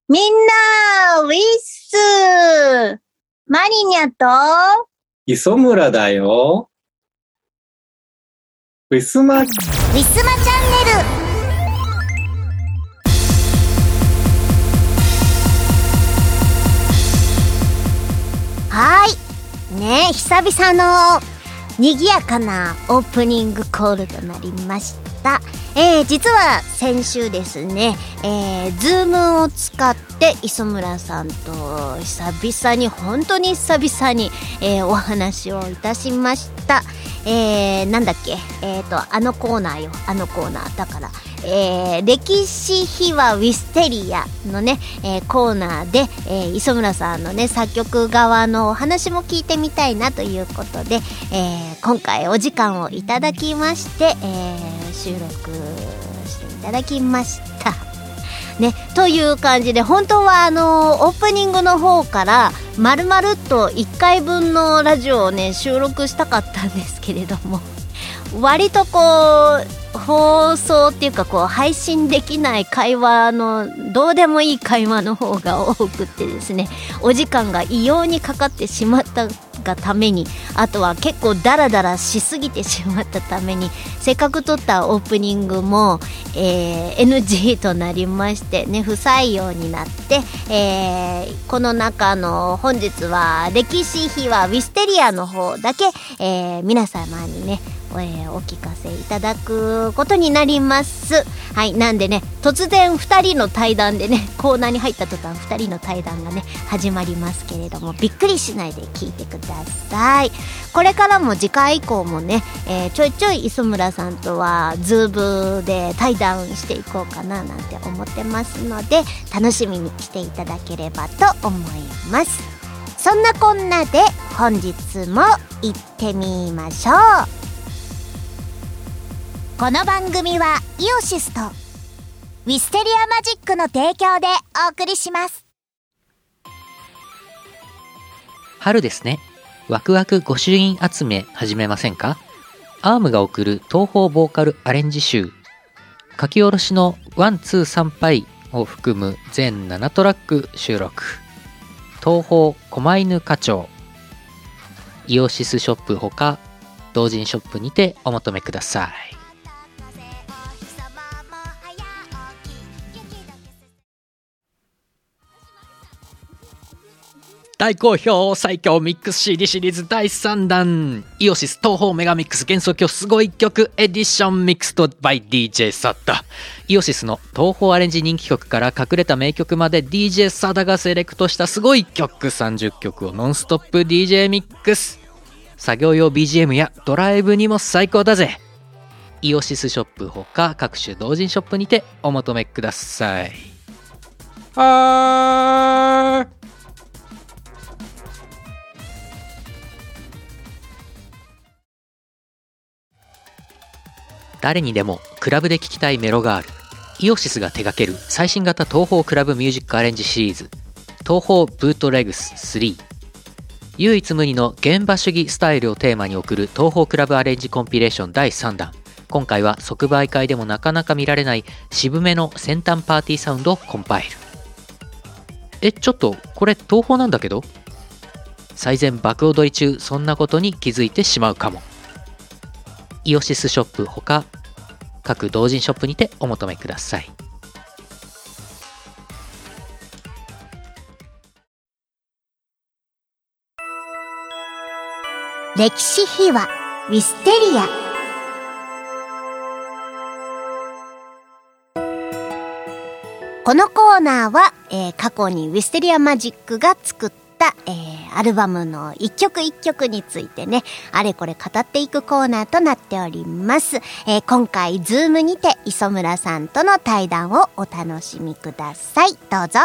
みんな、ウィッスマリニャと磯村だよ。ウィスマチャンネル。 はい。ね、久々の賑やかなオープニングコールとなりました。実は先週ですね、ズームを使って磯村さんと本当に久々に、お話をいたしました。なんだっけ、あのコーナーだから、歴史秘話ウィステリアのね、コーナーで、磯村さんのね作曲側のお話も聞いてみたいなということで、今回お時間をいただきまして、収録していただきましたね。という感じで、本当はオープニングの方から丸々と1回分のラジオをね収録したかったんですけれども、割とこう放送っていうかこう配信できない会話のどうでもいい会話の方が多くってですね、お時間が異様にかかってしまったがために、あとは結構ダラダラしすぎてしまったために、せっかく撮ったオープニングも、NG となりましてね、不採用になって、この中の本日は歴史秘話ウィステリアの方だけ、皆様にねお聞かせいただくことになります。はい、なんでね、突然2人の対談でね、コーナーに入った途端2人の対談がね始まりますけれども、びっくりしないで聞いてください。これからも次回以降もね、ちょいちょい磯村さんとはズームで対談していこうかななんて思ってますので、楽しみにしていただければと思います。そんなこんなで本日も行ってみましょう。この番組はイオシスとウィステリアマジックの提供でお送りします。 春ですね。ワクワク御朱印集め始めませんか？アームが送る東宝ボーカルアレンジ集、書き下ろしのワンツーサンパイを含む全7トラック収録。東宝狛犬課長、イオシスショップほか同人ショップにてお求めください。大好評最強ミックス CD シリーズ第3弾、イオシス東宝メガミックス幻想郷すごい曲エディションミックスト by DJ サダ。イオシスの東宝アレンジ人気曲から隠れた名曲まで DJ サダがセレクトしたすごい曲30曲をノンストップ DJ ミックス。作業用 BGM やドライブにも最高だぜ。イオシスショップほか各種同人ショップにてお求めください。はー。誰にでもクラブで聴きたいメロがある。イオシスが手掛ける最新型東宝クラブミュージックアレンジシリーズ、東宝ブートレグス3。唯一無二の現場主義スタイルをテーマに送る東宝クラブアレンジコンピレーション第3弾。今回は即売会でもなかなか見られない渋めの先端パーティーサウンドをコンパイル。ちょっとこれ東宝なんだけど、最前爆踊り中そんなことに気づいてしまうかも。イオシスショップほか各同人ショップにてお求めください。 歴史秘話ウィステリア。このコーナーは、過去にウィステリアマジックが作ったアルバムの一曲一曲についてね、あれこれ語っていくコーナーとなっております。今回ズームにて磯村さんとの対談をお楽しみください。どうぞ。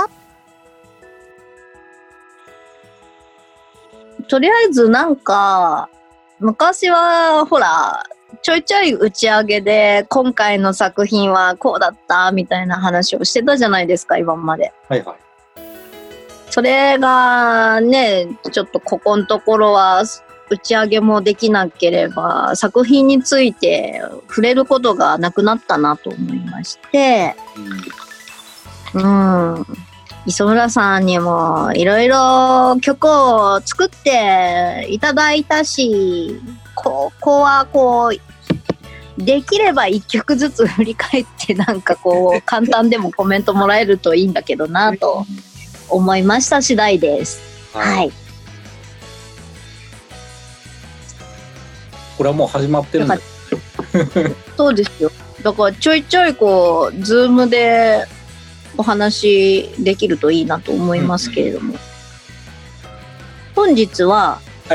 とりあえずなんか昔はほらちょいちょい打ち上げで今回の作品はこうだったみたいな話をしてたじゃないですか、今まで。 はいはい。 それがね、ちょっとここのところは打ち上げもできなければ作品について触れることがなくなったなと思いまして、 磯村さんにもいろいろ曲を作っていただいたし、ここはこうできれば一曲ずつ振り返ってなんかこう簡単でもコメントもらえるといいんだけどなと思いました次第です。はい。 これはもう始まってるんです。 そうですよ。だからちょいちょいこうズームでお話できるといいなと思いますけれども、本日は、 はい、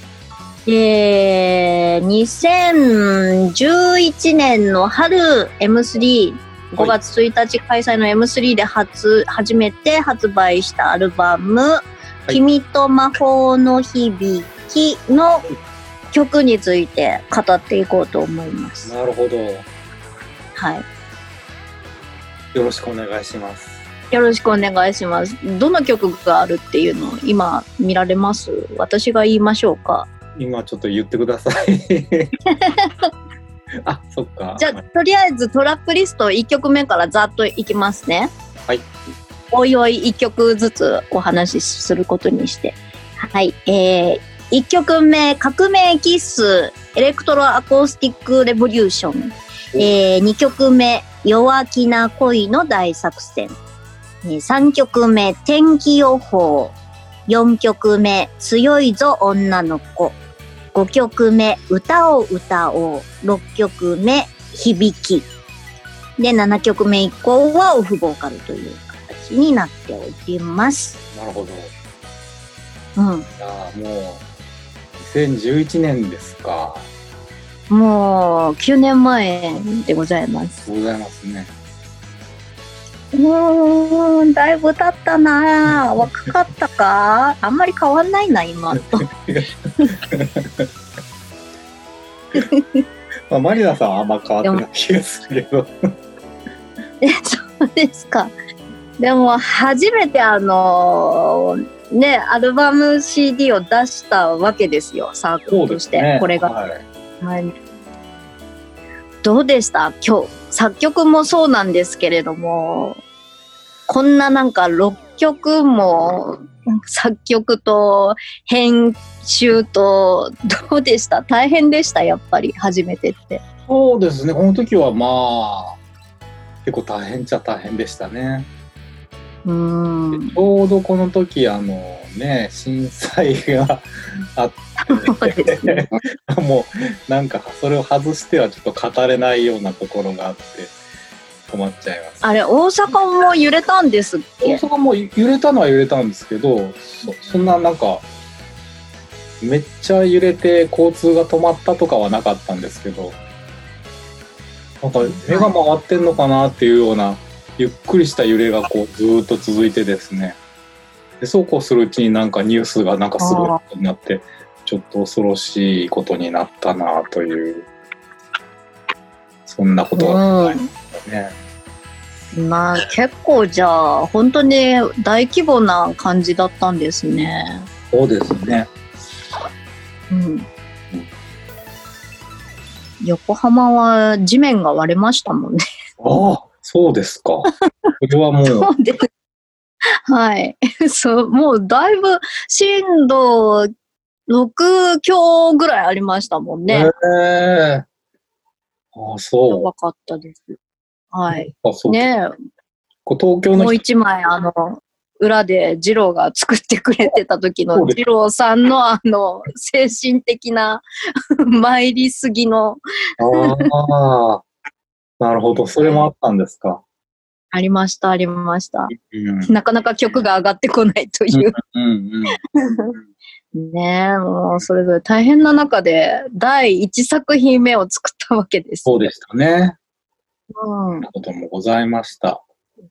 2011年の春 M3、5月1日開催の M3 で初めて発売したアルバム、はい、君と魔法の響きの曲について語っていこうと思います。 なるほど。 はい。 よろしくお願いします。 よろしくお願いします。どの曲があるっていうのを今見られます？私が言いましょうか？ 今ちょっと言ってください。あ、そっか。 じゃあとりあえずトラックリスト1曲目からざっといきますね。 はい。 おいおい1曲ずつお話しすることにして。はい。1曲目、革命キッス、エレクトロアコースティックレボリューション。2曲目、弱気な恋の大作戦。3曲目、天気予報。4曲目、強いぞ女の子。5曲目、歌を歌おう。6曲目、響き。で、7曲目以降はオフボーカルという形になっております。 なるほど。 うん。 いやもう、2011年ですか。 もう9年前でございます。 ございますね。 だいぶ経ったな。若かったか？あんまり変わんないな今と。 まあ、マリナさんはあんま変わってない気がするけど。 そうですか。でも初めてアルバム CD を出したわけですよ、サークルとして、ね、これが、はい、どうでした今日？作曲もそうなんですけれども、こんななんか6曲も作曲と編集とどうでした？大変でした？やっぱり初めてって。 そうですね、この時はまあ結構大変っちゃ大変でしたね。ちょうどこの時震災があってね、もうなんかそれを外してはちょっと語れないようなところがあって困っちゃいます。 あれ大阪も揺れたんですっけ？ 大阪も揺れたのは揺れたんですけど、そんななんかめっちゃ揺れて交通が止まったとかはなかったんですけど、なんか目が回ってんのかなっていうようなゆっくりした揺れがこうずっと続いてですね、でそうこうするうちになんかニュースがなんかすごいことになってちょっと恐ろしいことになったなという、そんなことがありましたね。 まあ結構じゃあ本当に大規模な感じだったんですね。 そうですね。 横浜は地面が割れましたもんね。 ああ、そうですか。これはもう。そうです。 はい。そう、もうだいぶ震度6強ぐらいありましたもんね。 ああ、そう。 やばかったです。はい。 あ、そう。 ねえ。 東京のもう一枚裏で二郎が作ってくれてた時の二郎さんの精神的な参りすぎのああ、なるほど、それもあったんですか。 ありました、ありました。なかなか曲が上がってこないという。ねえ、もうそれぞれ大変な中で第1作品目を作ったわけです。 そうでしたね。そんなこともございました。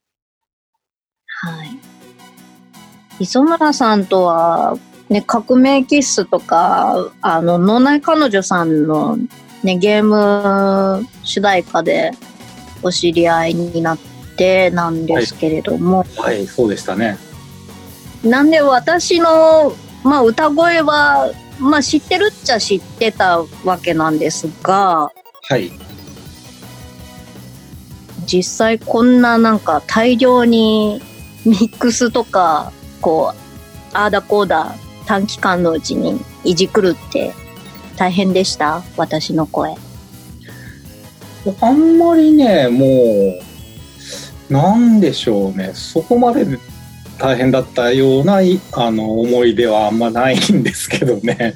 はい。磯村さんとは、ね、革命キッスとか、脳内彼女さんの、ね、ゲーム主題歌でお知り合いになってなんですけれども。 はい、はい、そうでしたね。 なんで私の、まあ、歌声は、まあ、知ってるっちゃ知ってたわけなんですが、 はい。 実際こんななんか大量にミックスとか、こう、あーだこーだ短期間のうちにいじくるって大変でした？私の声。 あんまりね、もう、なんでしょうね、そこまで大変だったような思い出はあんまないんですけどね。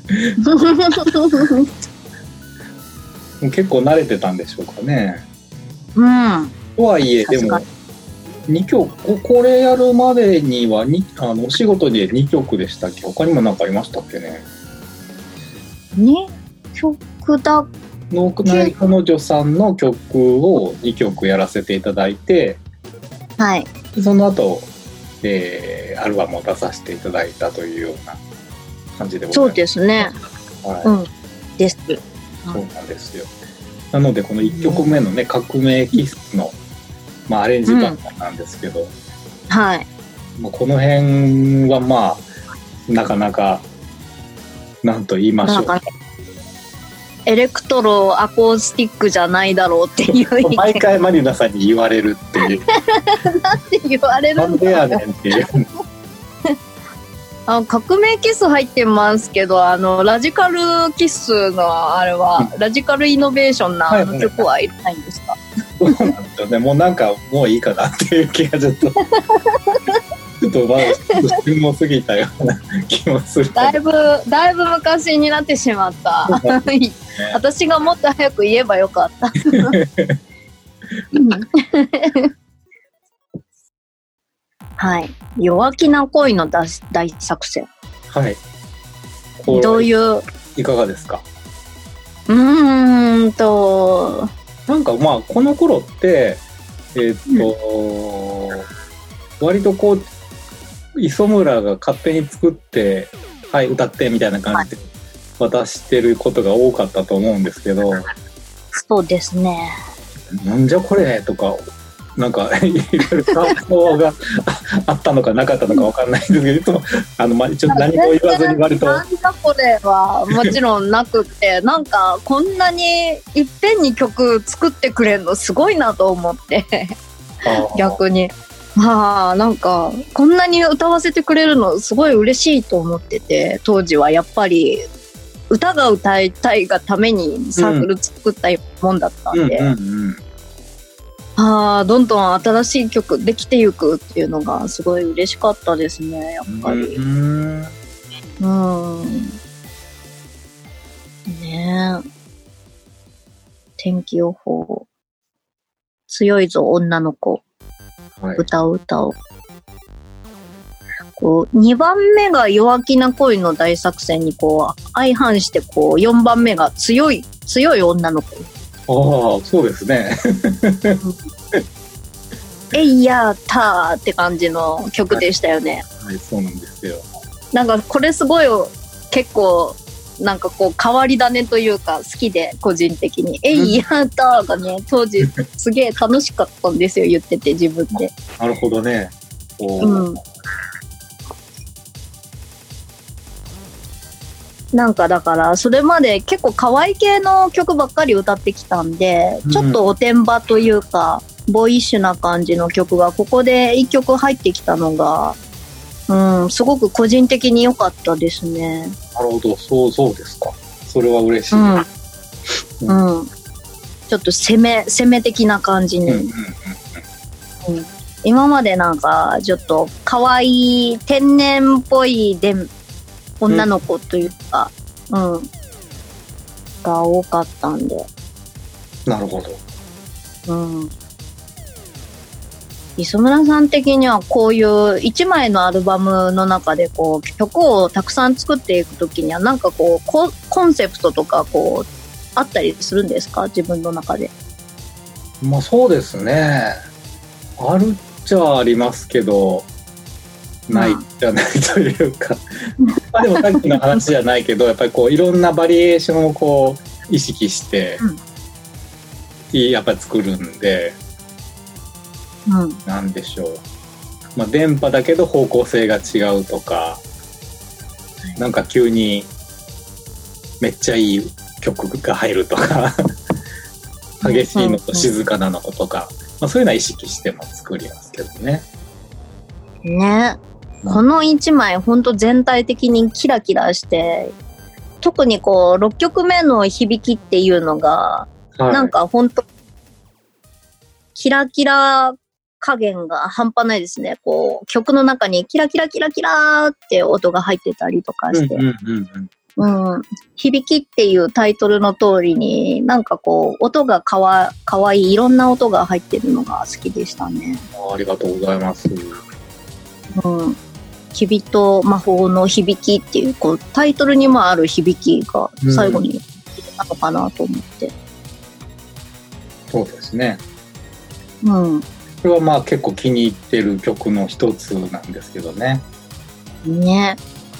結構慣れてたんでしょうかね。 うん。 とはいえ、でも、2曲、これやるまでにはお仕事で2曲でしたっけ？他にも何かありましたっけね ？2曲だの彼女さんの曲を2曲やらせていただいて、 はい。 その後、アルバムを出させていただいたというような感じでございます。 そうですね。 はい。 うん。です。 そうなんですよ。なのでこの1曲目のね、革命キッスの、まあ、アレンジバージョンなんですけど、 はい。 まあ、この辺はまあなかなかなんと言いましょう。 エレクトロアコースティックじゃないだろうっていう意見。 毎回マリナさんに言われるっていう。 なんて言われるなんでやねんっていう。 革命キス入ってますけど、ラジカルキスのあれは、ラジカルイノベーションなあの曲はいらないんですか？ そうなんですよね。もうなんかもういいかなっていう気がちょっとまだ旬も過ぎたような気もする。 だいぶ昔になってしまった。私がもっと早く言えばよかった。はい。弱気な恋の大作戦。 はい。 どういう。 いかがですか？ なんかまあこの頃って割とこう磯村が勝手に作ってはい歌ってみたいな感じで渡してることが多かったと思うんですけど、 そうですね。 なんじゃこれとかなんかいろいろ感想があったのかなかったのかわかんないんですけど、いつも一応何も言わずに割となんだこれはもちろんなくってなんかこんなにいっぺんに曲作ってくれるのすごいなと思って逆にまあなんかこんなに歌わせてくれるのすごい嬉しいと思ってて、当時はやっぱり歌が歌いたいがためにサークル作ったもんだったんで、どんどん新しい曲できていくっていうのがすごい嬉しかったですね、やっぱり。ねえ。天気予報。強いぞ、女の子。はい、歌う。こう、2番目が弱気な恋の大作戦にこう、相反してこう、4番目が強い女の子。 ああ、そうですね。 えいやーたーって感じの曲でしたよね。 はい、そうなんですよ。 なんかこれすごい結構なんかこう変わり種というか好きで個人的にえいやーたーがね当時すげえ楽しかったんですよ言ってて自分で。 なるほどね。 なんかだからそれまで結構可愛い系の曲ばっかり歌ってきたんで、ちょっとおてんばというかボーイッシュな感じの曲がここで1曲入ってきたのが、すごく個人的に良かったですね。 なるほど、そうですか。それは嬉しい。 ちょっと攻め的な感じに。今までなんかちょっと可愛い天然っぽい女の子というか、が多かったんで。 なるほど。 磯村さん的にはこういう1枚のアルバムの中でこう曲をたくさん作っていくときにはなんかこうコンセプトとかこうあったりするんですか、自分の中で。 まあそうですね。あるっちゃありますけど。ないじゃないというか、でもさっきの話じゃないけどやっぱりこういろんなバリエーションをこう意識して、やっぱり作るんで、なんでしょう、まあ、電波だけど方向性が違うとか、なんか急にめっちゃいい曲が入るとか激しいのと静かなのとか、まあ、そういうのは意識しても作りますけどね。 ね。この1枚ほんと全体的にキラキラして、特にこう6曲目の響きっていうのが、 はい、 なんかほんとキラキラ加減が半端ないですね。こう曲の中にキラキラキラキラって音が入ってたりとかして、響きっていうタイトルの通りになんかこう音がかわいいいろんな音が入ってるのが好きでしたね。 ありがとうございます。 きびと魔法の響きっていう、こうタイトルにもある響きが最後に入れたのかなと思って、 そうですね。 これはまあ結構気に入ってる曲の一つなんですけどね。 ね。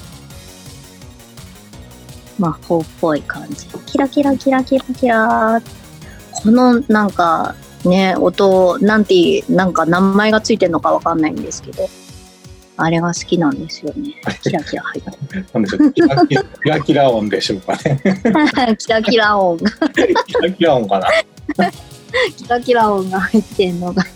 魔法っぽい感じ。キラキラキラキラキラ。このなんかね、音、なんか名前がついてるのかわかんないんですけど、あれが好きなんですよね。キラキラ入ってる。 なんでしょう、キラキラ音でしょうかね。 キラキラ音が。 キラキラ音かな。 キラキラ音が入ってんのが。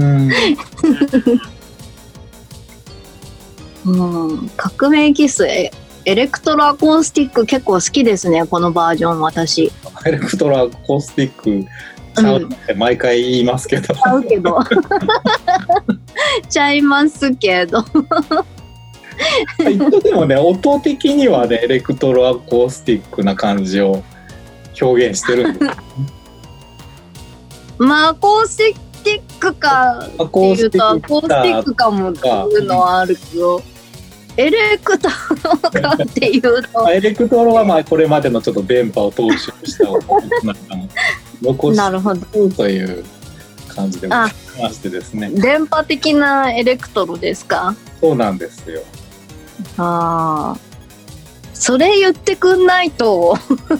革命キス、エレクトロアコースティック結構好きですね、このバージョン私。 エレクトロアコースティックちゃうって毎回言いますけど。 ちゃうけど。ちゃいますけど。 でもね、音的にはね、エレクトロアコースティックな感じを表現してるんです。 まあ、アコースティックかっていうと、アコースティックかもっていうのはあるけど、エレクトロかっていうと。 エレクトロはまあこれまでのちょっと電波を踏襲した音なんかも残してという感じでございましてですね。 電波的なエレクトロですか？ そうなんですよ。 ああ、それ言ってくんないと。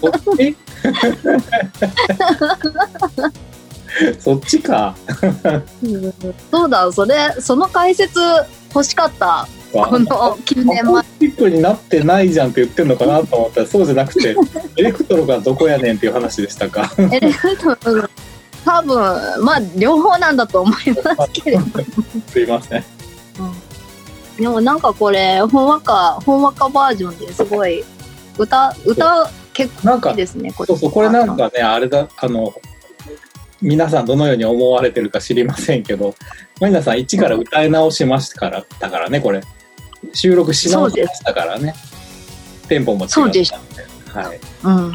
そっちか。 そうだ、その解説欲しかった。この9年前。アコースティックになってないじゃんって言ってるのかなと思ったら、そうじゃなくてエレクトロがどこやねんっていう話でしたか。 エレクトロ、多分まあ両方なんだと思いますけれど。 すいません。 でもなんかこれほんわかバージョンですごい歌結構いいですね。 そうそう、これなんかね、あれだ、皆さんどのように思われてるか知りませんけど、マリナさん一から歌い直しましたから、だからね、これ収録し直しましたからね。テンポも違ったんで、はい。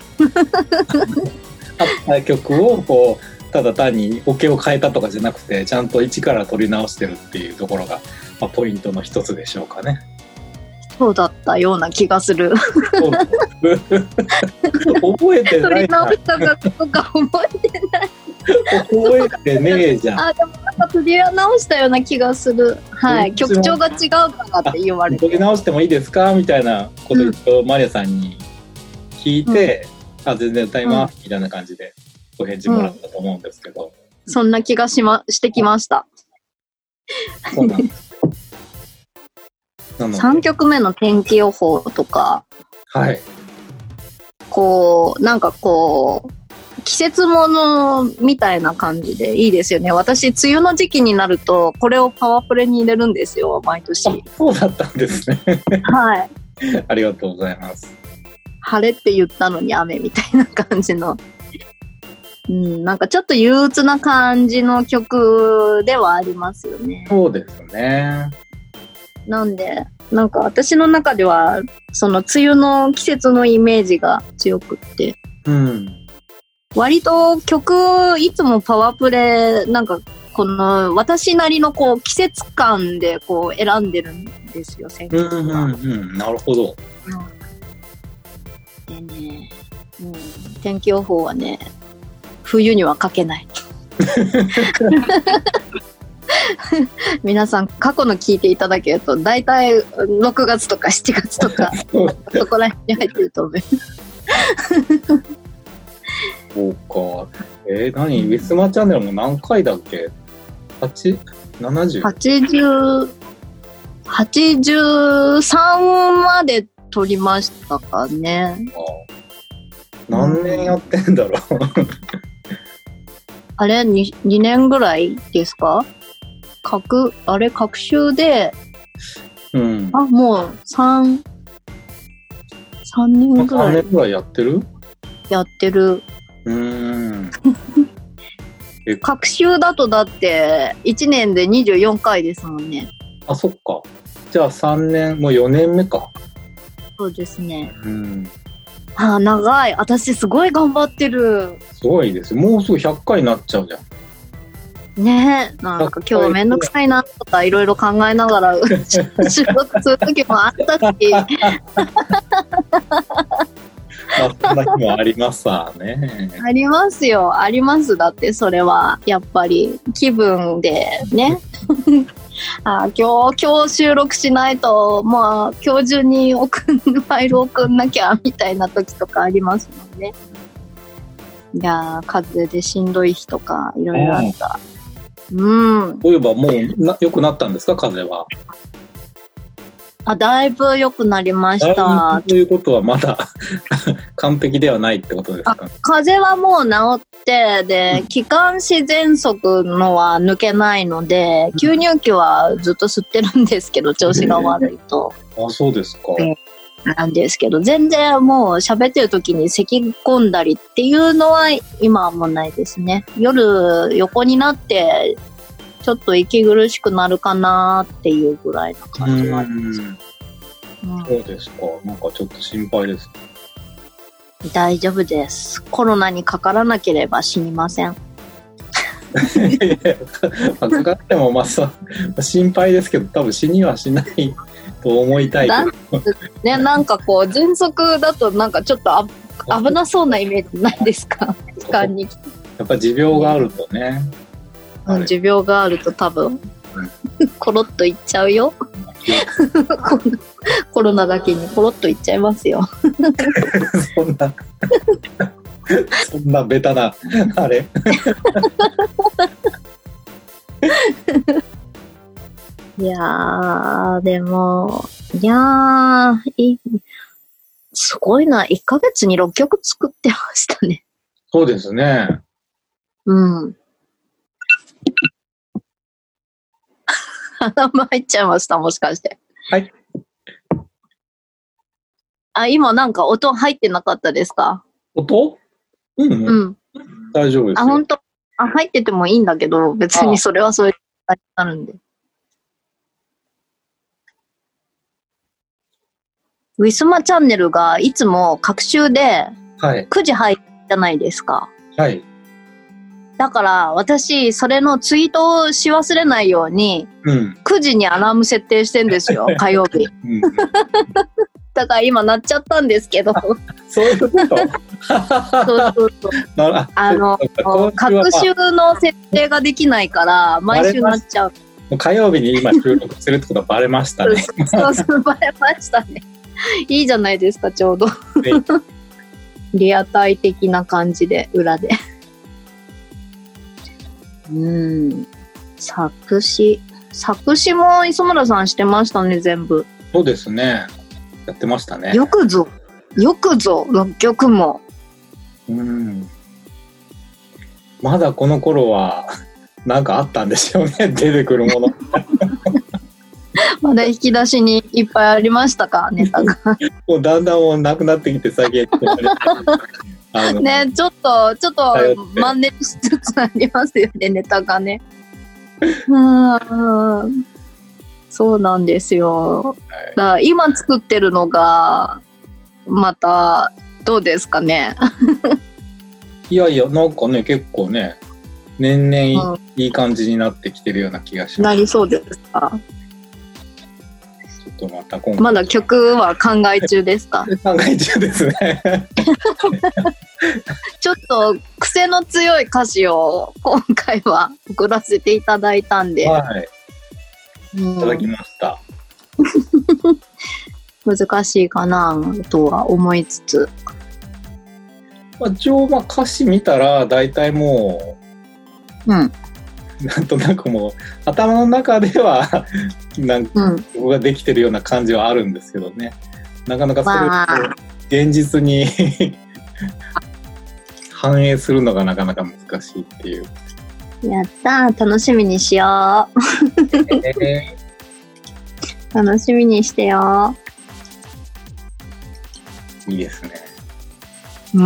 あった曲をこうただ単にオケを変えたとかじゃなくて、ちゃんと一から取り直してるっていうところが、まあ、ポイントの一つでしょうかね。 そうだったような気がする。 覚えてない。 取り直したかとか覚えてない。 覚えてねえじゃん。 あ、でもなんか取り直したような気がする。はい、曲調が違うからって言われて。 取り直してもいいですかみたいなことをマリアさんに聞いて、あ、全然歌います、みたいな感じでお返事もらったと思うんですけど。 そんな気がしてきました。 そうなんです。 3曲目の天気予報とか、 はい、 こうなんかこう季節ものみたいな感じでいいですよね。私梅雨の時期になるとこれをパワープレに入れるんですよ、毎年。 そうだったんですね。 はい。 ありがとうございます。 晴れって言ったのに雨みたいな感じの、なんかちょっと憂鬱な感じの曲ではありますよね。 そうですね。 なんでなんか私の中ではその梅雨の季節のイメージが強くって、割と曲いつもパワープレなんかこの私なりのこう季節感でこう選んでるんですよ、選曲が。 なるほど。 でね、天気予報はね、冬には書けない。皆さん過去の聞いていただけると大体6月とか7月とかそこら辺に入ってると思います。 そうか。何ウィスマチャンネルも何回だっけ？80？ 83まで撮りましたかね。 何年やってんだろう。 あれ 2年ぐらいですか？隔週でうん。 もう3年ぐら 3 い年ぐらいやってる？ やってる。隔週だとだって1年で24回ですもんね。 あ、そっか。じゃあ3年、もう4年目か。 そうですね。 うん。 長い。私すごい頑張ってる。 すごいです。もうすぐ100回になっちゃうじゃん。 ねえ、なんか今日めんどくさいなとかいろいろ考えながら収録する時もあったし。 そんな日もありますわね。 ありますよ、あります。だってそれはやっぱり気分でね。今日収録しないと、まあ今日中にファイル送んなきゃみたいな時とかありますもんね。いやー、風邪でしんどい日とかいろいろあった。 そういえばもう良くなったんですか、風邪は。 だいぶ良くなりました。 ということはまだ完璧ではないってことですか？ 風邪はもう治って、で、気管支喘息のは抜けないので、吸入器はずっと吸ってるんですけど、調子が悪いと。 そうですか。 なんですけど、全然もう喋ってる時に咳込んだりっていうのは今はもうないですね。夜横になってちょっと息苦しくなるかなっていうぐらいな感じがあります。 そうですか。なんかちょっと心配です。 大丈夫です。コロナにかからなければ死にません。 かかっても心配ですけど、多分死にはしないと思いたいね、なんかこう喘息だとなんかちょっと危なそうなイメージないですか？気管にやっぱ持病があるとね。 持病があると多分コロッといっちゃうよ。コロナだけにコロッといっちゃいますよ。 そんなベタなあれ。 いやー、でも、すごいな。1ヶ月に6曲作ってましたね。 そうですね。 鼻も入っちゃいました、もしかして。 はい。 今なんか音入ってなかったですか？ 音？大丈夫ですよ。 本当？入っててもいいんだけど、別にそれはそういう感じになるんで。ウィスマチャンネルがいつも隔週で9時入るじゃないですか。 はい。 だから私、それのツイートをし忘れないように、9時にアラーム設定してんですよ、火曜日。だから今鳴っちゃったんですけど。 そういうことそう。各週の設定ができないから、毎週鳴っちゃう。 火曜日に今収録するってことはバレましたね。 そう、バレましたね。いいじゃないですか、ちょうど。リアタイ的な感じで、裏で。作詞も磯村さんしてましたね、全部。 そうですね。やってましたね。 よくぞ、6曲も。 まだこの頃は、なんかあったんでしょうね、出てくるもの。 まだ引き出しにいっぱいありましたか、ネタが。 もうだんだんもうなくなってきて、最近。 ね、ちょっとマンネリしつつありますよね、ネタがね。そうなんですよ。だから今作ってるのがまたどうですかね。 いやなんかね、結構ね、年々いい感じになってきてるような気がします。 なりそうですか。 ちょっとまた今回まだ曲は考え中ですか？ 考え中ですね。 ちょっと癖の強い歌詞を今回は送らせていただいたんで、 いただきました。 難しいかなとは思いつつ、 一応歌詞見たら大体もう、なんとなくもう頭の中ではなんか僕ができてるような感じはあるんですけどね、なかなかそれを現実に反映するのがなかなか難しいっていう。やったー、楽しみにしよう。 楽しみにしてよ。 いいですね。 うん。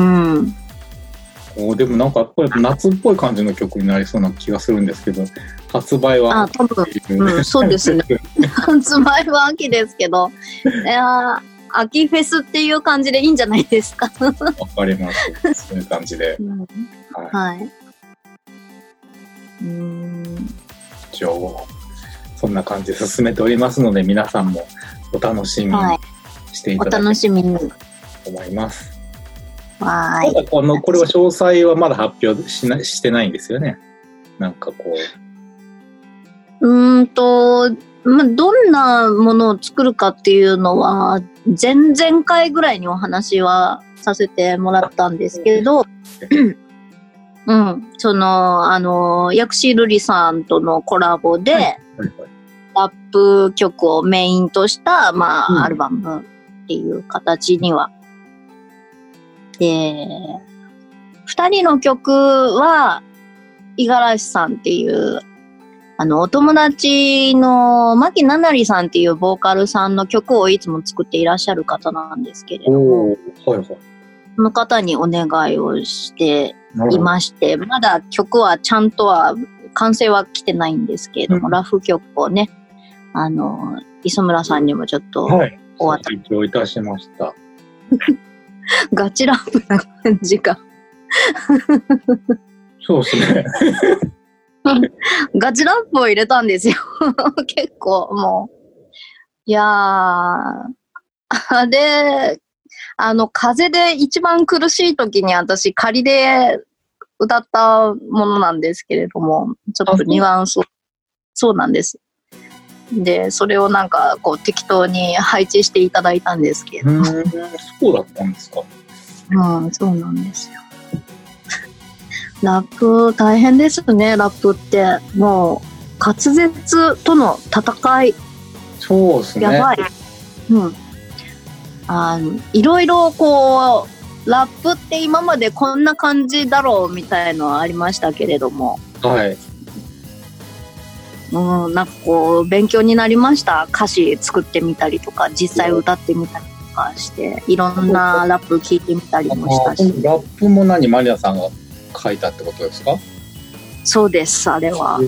でもなんかこれ夏っぽい感じの曲になりそうな気がするんですけど、発売は多分、そうですね。発売は秋ですけど、秋フェスっていう感じでいいんじゃないですか。 わかります。そういう感じで。 はい。 一応そんな感じで進めておりますので、皆さんもお楽しみにしていただければと思います。 はい。 ただこれは詳細はまだ発表してないんですよね。なんかこう。 どんなものを作るかっていうのは、前々回ぐらいにお話はさせてもらったんですけど、薬師瑠璃さんとのコラボで、ラップ曲をメインとした、アルバムっていう形には。で、二人の曲は、五十嵐さんっていう、お友達の牧奈々里さんっていうボーカルさんの曲をいつも作っていらっしゃる方なんですけれども、その方にお願いをしていまして、まだ曲はちゃんとは、完成は来てないんですけれども、ラフ曲をね、磯村さんにもちょっとお渡しいたしました。 ガチラップな感じか。 そうですね。 ガチラップを入れたんですよ。結構もう。いやー。で、風邪で一番苦しい時に私仮で歌ったものなんですけれども、ちょっとニュアンスを。そうなんです。で、それをなんかこう適当に配置していただいたんですけど。 そうだったんですか。 そうなんですよ。ラップ大変ですね。ラップってもう滑舌との戦い。 そうですね。 やばい。いろいろこうラップって今までこんな感じだろうみたいのはありましたけれども。 はい。 なんかこう勉強になりました。歌詞作ってみたりとか実際歌ってみたりとかしていろんなラップ聞いてみたりもしたし。 ラップもマリナさんが書いたってことですか？ そうです、あれは。い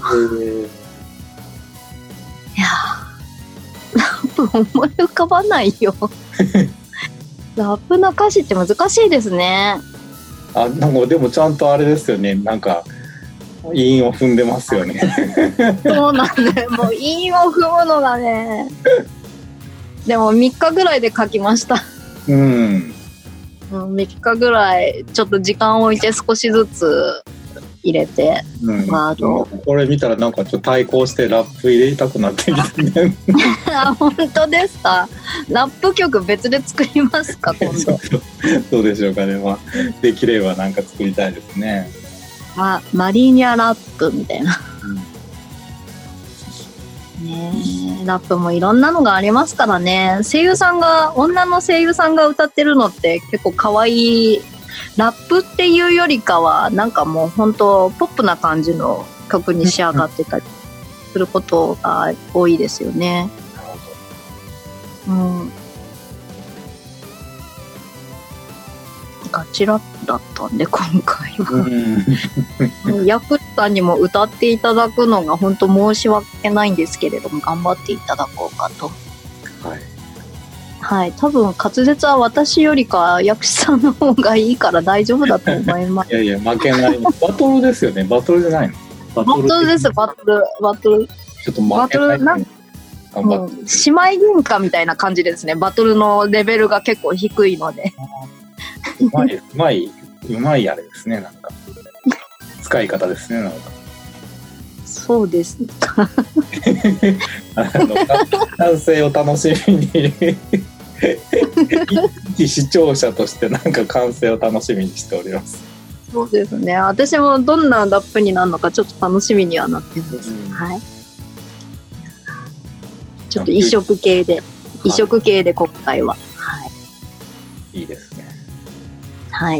やラップ思い浮かばないよ。ラップの歌詞って難しいですね。 なんかでもちゃんとあれですよね。なんか韻を踏んでますよね。 そうなんだよ。もう韻を踏むのがね。でも3日ぐらいで書きました。3日ぐらいちょっと時間を置いて少しずつ入れて、ワードを。 これ見たらなんかちょっと対抗してラップ入れたくなってきてね。 本当ですか？ラップ曲別で作りますか今度。 どうでしょうかね。できればなんか作りたいですね。 マリーニャラップみたいな。ラップもいろんなのがありますからね。女の声優さんが歌ってるのって結構可愛い。ラップっていうよりかはなんかもう本当ポップな感じの曲に仕上がってたりすることが多いですよね。ガチラップだったんで今回は。ヤクルさんにも歌っていただくのが本当申し訳ないんですけれども頑張っていただこうかと。はい、多分滑舌は私よりか薬師さんの方がいいから大丈夫だと思います。 いや負けない。バトルですよね。バトルじゃないの？ バトルです。バトル。 ちょっと負けない。 姉妹喧嘩みたいな感じですね。バトルのレベルが結構低いので。 うまいあれですね。なんか使い方ですね。なんか。 そうですか。 完成を楽しみに一視聴者としてなんか完成を楽しみにしております。 そうですね。私もどんなラップになるのかちょっと楽しみにはなってるんです。はい。ちょっと異色系で今回は。はい。 いいですね。 はい。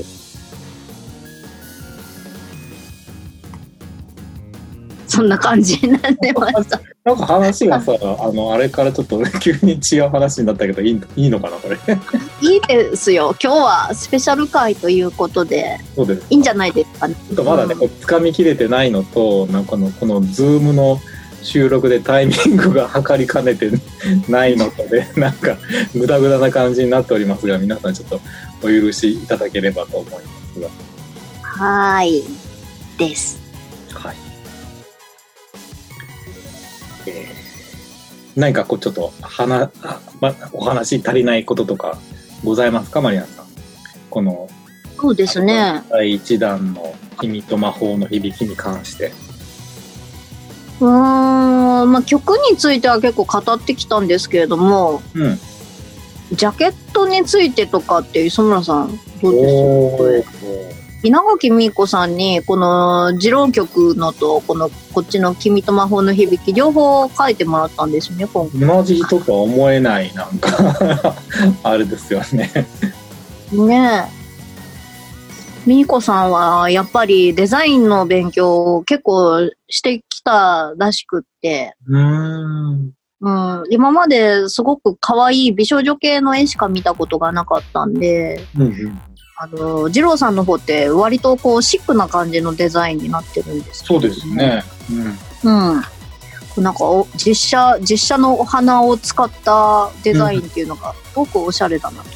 そんな感じになってました。 なんか話がさ、あれからちょっと急に違う話になったけど、いいのかな、これ。 いいですよ。今日はスペシャル回ということで、 そうです。 いいんじゃないですかね。 ちょっとまだね、掴みきれてないのと、なんかこのズームの収録でタイミングが測りかねてないのとで、なんかグダグダな感じになっておりますが、皆さんちょっとお許しいただければと思いますが。 はーい。です。 はい。何かちょっとお話足りないこととかございますか、マリアンさん。このそうですね。 第1弾の君と魔法の響きに関して。 まあ曲については結構語ってきたんですけれども、 うん。 ジャケットについてとかって磯村さんどうですか？稲垣美衣子さんにこの二郎曲のとこっちの君と魔法の響き両方書いてもらったんですね、今回。 同じ人とは思えないなんかあれですよね。 ねえ。美衣子さんはやっぱりデザインの勉強を結構してきたらしくって、今まですごく可愛い美少女系の絵しか見たことがなかったんで、二郎さんの方って割とシックな感じのデザインになってるんですけど、 そうですね。 なんか実写のお花を使ったデザインっていうのがすごくおしゃれだなと思って。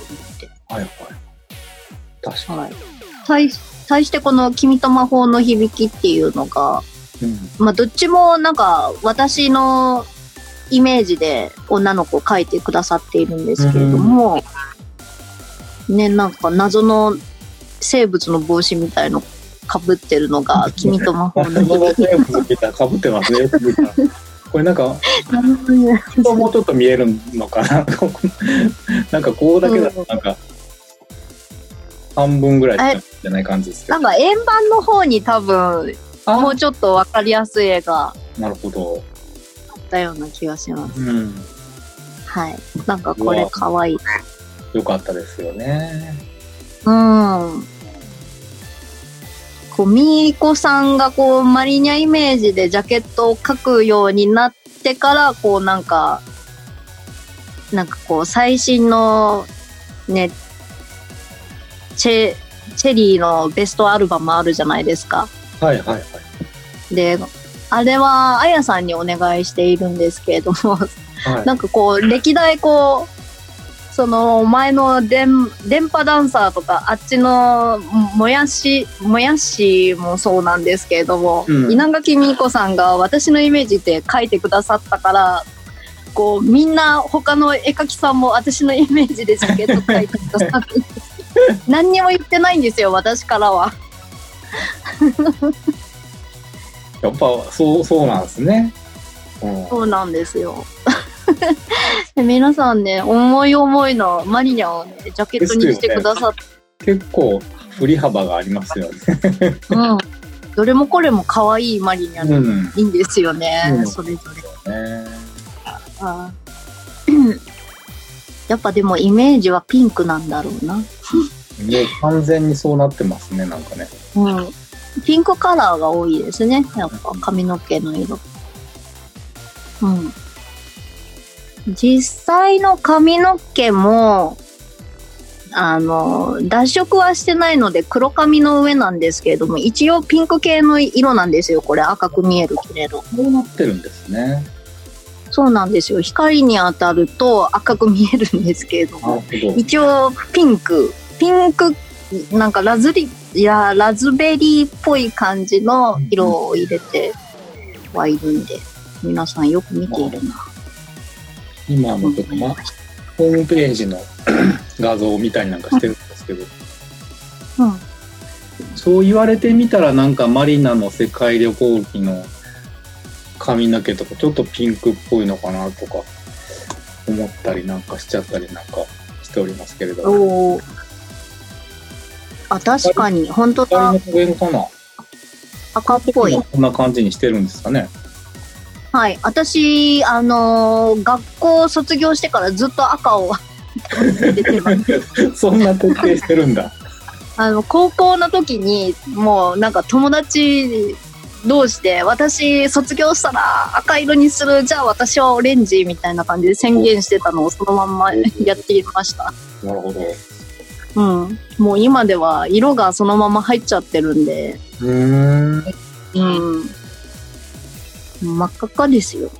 はいはい。確かに。 はい。対してこの君と魔法の響きっていうのが、まあどっちもなんか私のイメージで女の子を描いてくださっているんですけれども、ね、なんか謎の生物の帽子みたいのかぶってるのが君と魔法の響き。 生物みたいかぶってますね。これなんかもうちょっと見えるのかな。なんかこうだけだとなんか半分ぐらいじゃない感じですけど。 なんか円盤の方に多分もうちょっと分かりやすい絵がなるほどあったような気がします。はい。なんかこれかわいい。 よかったですよね。 みーこさんがマリニャイメージでジャケットを描くようになってからなんか最新のねチェリーのベストアルバムあるじゃないですか。 はいはいはい。 で、あれはあやさんにお願いしているんですけれども、なんか歴代その前の電波ダンサーとかあっちのもやしもそうなんですけれども、稲垣美衣子さんが私のイメージで描いてくださったからみんな他の絵描きさんも私のイメージでジャケット描いてくださって何にも言ってないんですよ、私からは。 やっぱそうなんですね。 そうなんですよ。皆さんね、思い思いのマリニャを、ね、ジャケットにしてくださって、 結構振り幅がありますよね。 どれもこれも可愛いマリニャでいいんですよね、それぞれ。やっぱでもイメージはピンクなんだろうな。もう完全にそうなってますね、なんかね。 ピンクカラーが多いですね、やっぱ髪の毛の色。実際の髪の毛も脱色はしてないので黒髪の上なんですけれども、一応ピンク系の色なんですよ。これ赤く見えるけれど、 そうなってるんですね。 そうなんですよ。光に当たると赤く見えるんですけれども、一応ピンクなんかラズベリーっぽい感じの色を入れてはいるんで、皆さんよく見ているな。 今のちょっとホームページの画像みたいなんかしてるんですけど、そう言われてみたらなんかマリナの世界旅行記の髪の毛とかちょっとピンクっぽいのかなとか思ったりなんかしちゃったりなんかしておりますけれど。 確かに本当だ。赤っぽい。 こんな感じにしてるんですかね。 はい、私学校卒業してからずっと赤を出てます。 そんな徹底してるんだ。 高校の時にもうなんか友達同士で、私卒業したら赤色にする、じゃあ私はオレンジみたいな感じで宣言してたのをそのまんまやっていました。 なるほど。 うん。もう今では色がそのまま入っちゃってるんで。うん。真っ赤っかですよ。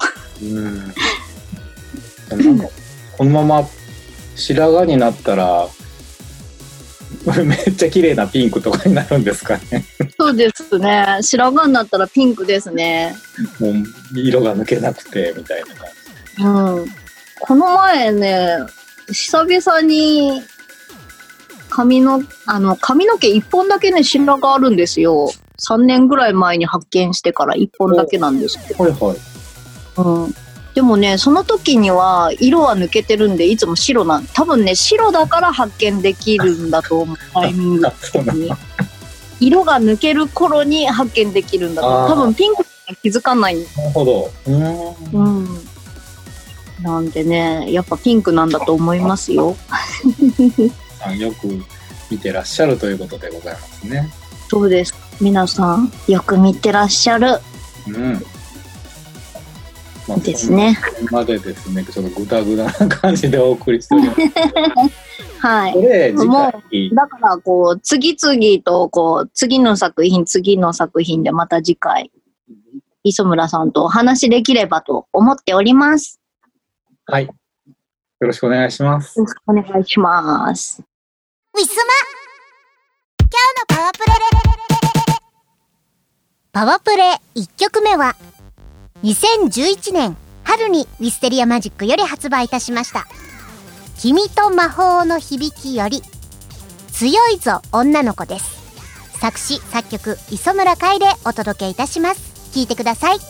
なんかこのまま白髪になったらめっちゃ綺麗なピンクとかになるんですかね。 そうですね。白髪になったらピンクですね。 もう色が抜けなくてみたいな感じ。うん。この前ね、久々に髪の毛一本だけね、白髪あるんですよ。3年ぐらい前に発見してから一本だけなんですけど。 はいはい。 うん。でもね、その時には色は抜けてるんで、いつも白多分ね、白だから発見できるんだと思う。タイミングに。色が抜ける頃に発見できるんだと思う。多分ピンクに気づかない。 なるほど。 なんでね、やっぱピンクなんだと思いますよ。 よく見てらっしゃるということでございますね。 そうです。皆さん、よく見てらっしゃる。ですね。 までですね、ちょっとグダグダな感じでお送りしております。 はい。もうだからこう次々とこう次の作品でまた次回磯村さんとお話できればと思っております。 はい。よろしくお願いします。 よろしくお願いします。 ウィスマ今日のパワプレ1曲目は2011年春にウィステリアマジックより発売いたしました君と魔法の響きより強いぞ女の子です。作詞作曲磯村海でお届けいたします。聴いてください。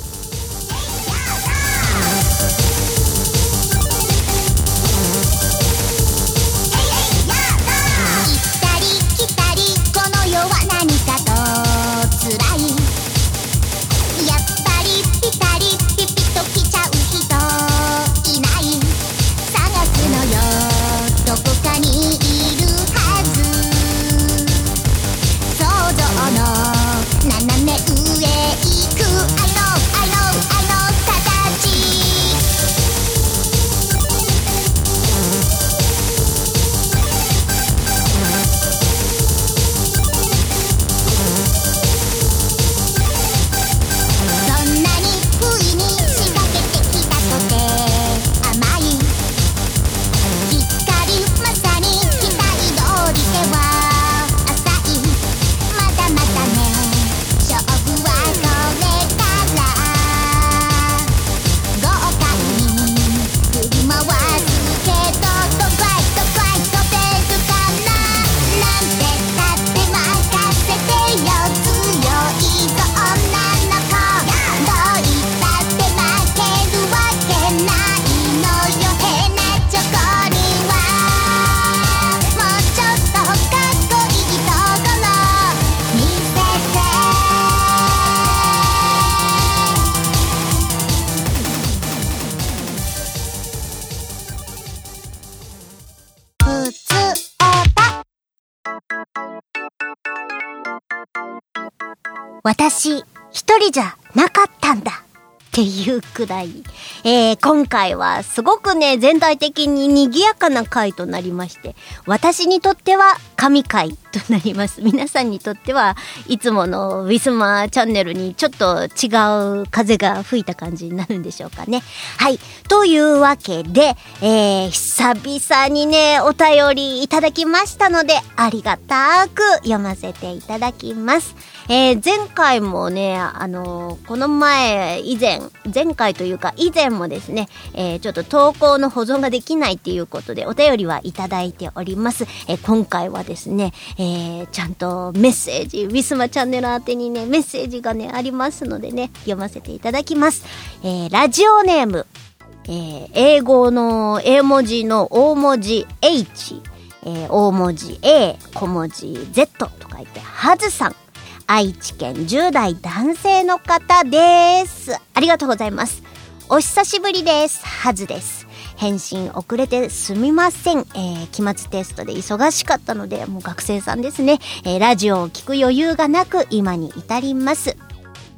私一人じゃなかったんだっていうくらい、今回はすごくね全体的に賑やかな回となりまして、私にとっては神回となります。皆さんにとってはいつものウィスマチャンネルにちょっと違う風が吹いた感じになるんでしょうかね。はい、というわけで、久々にねお便りいただきましたのでありがたく読ませていただきます。前回もねこの前回というか以前もですね、ちょっと投稿の保存ができないっていうことでお便りはいただいております。今回はですね、ちゃんとメッセージウィスマチャンネル宛てにねメッセージがねありますのでね読ませていただきます。ラジオネーム、英語の A 文字の大文字 H、大文字 A 小文字 Z と書いてはずさん、愛知県10代男性の方です。ありがとうございます。お久しぶりです。はずです。返信遅れてすみません。期末テストで忙しかったのでもう学生さんですね、ラジオを聞く余裕がなく今に至ります。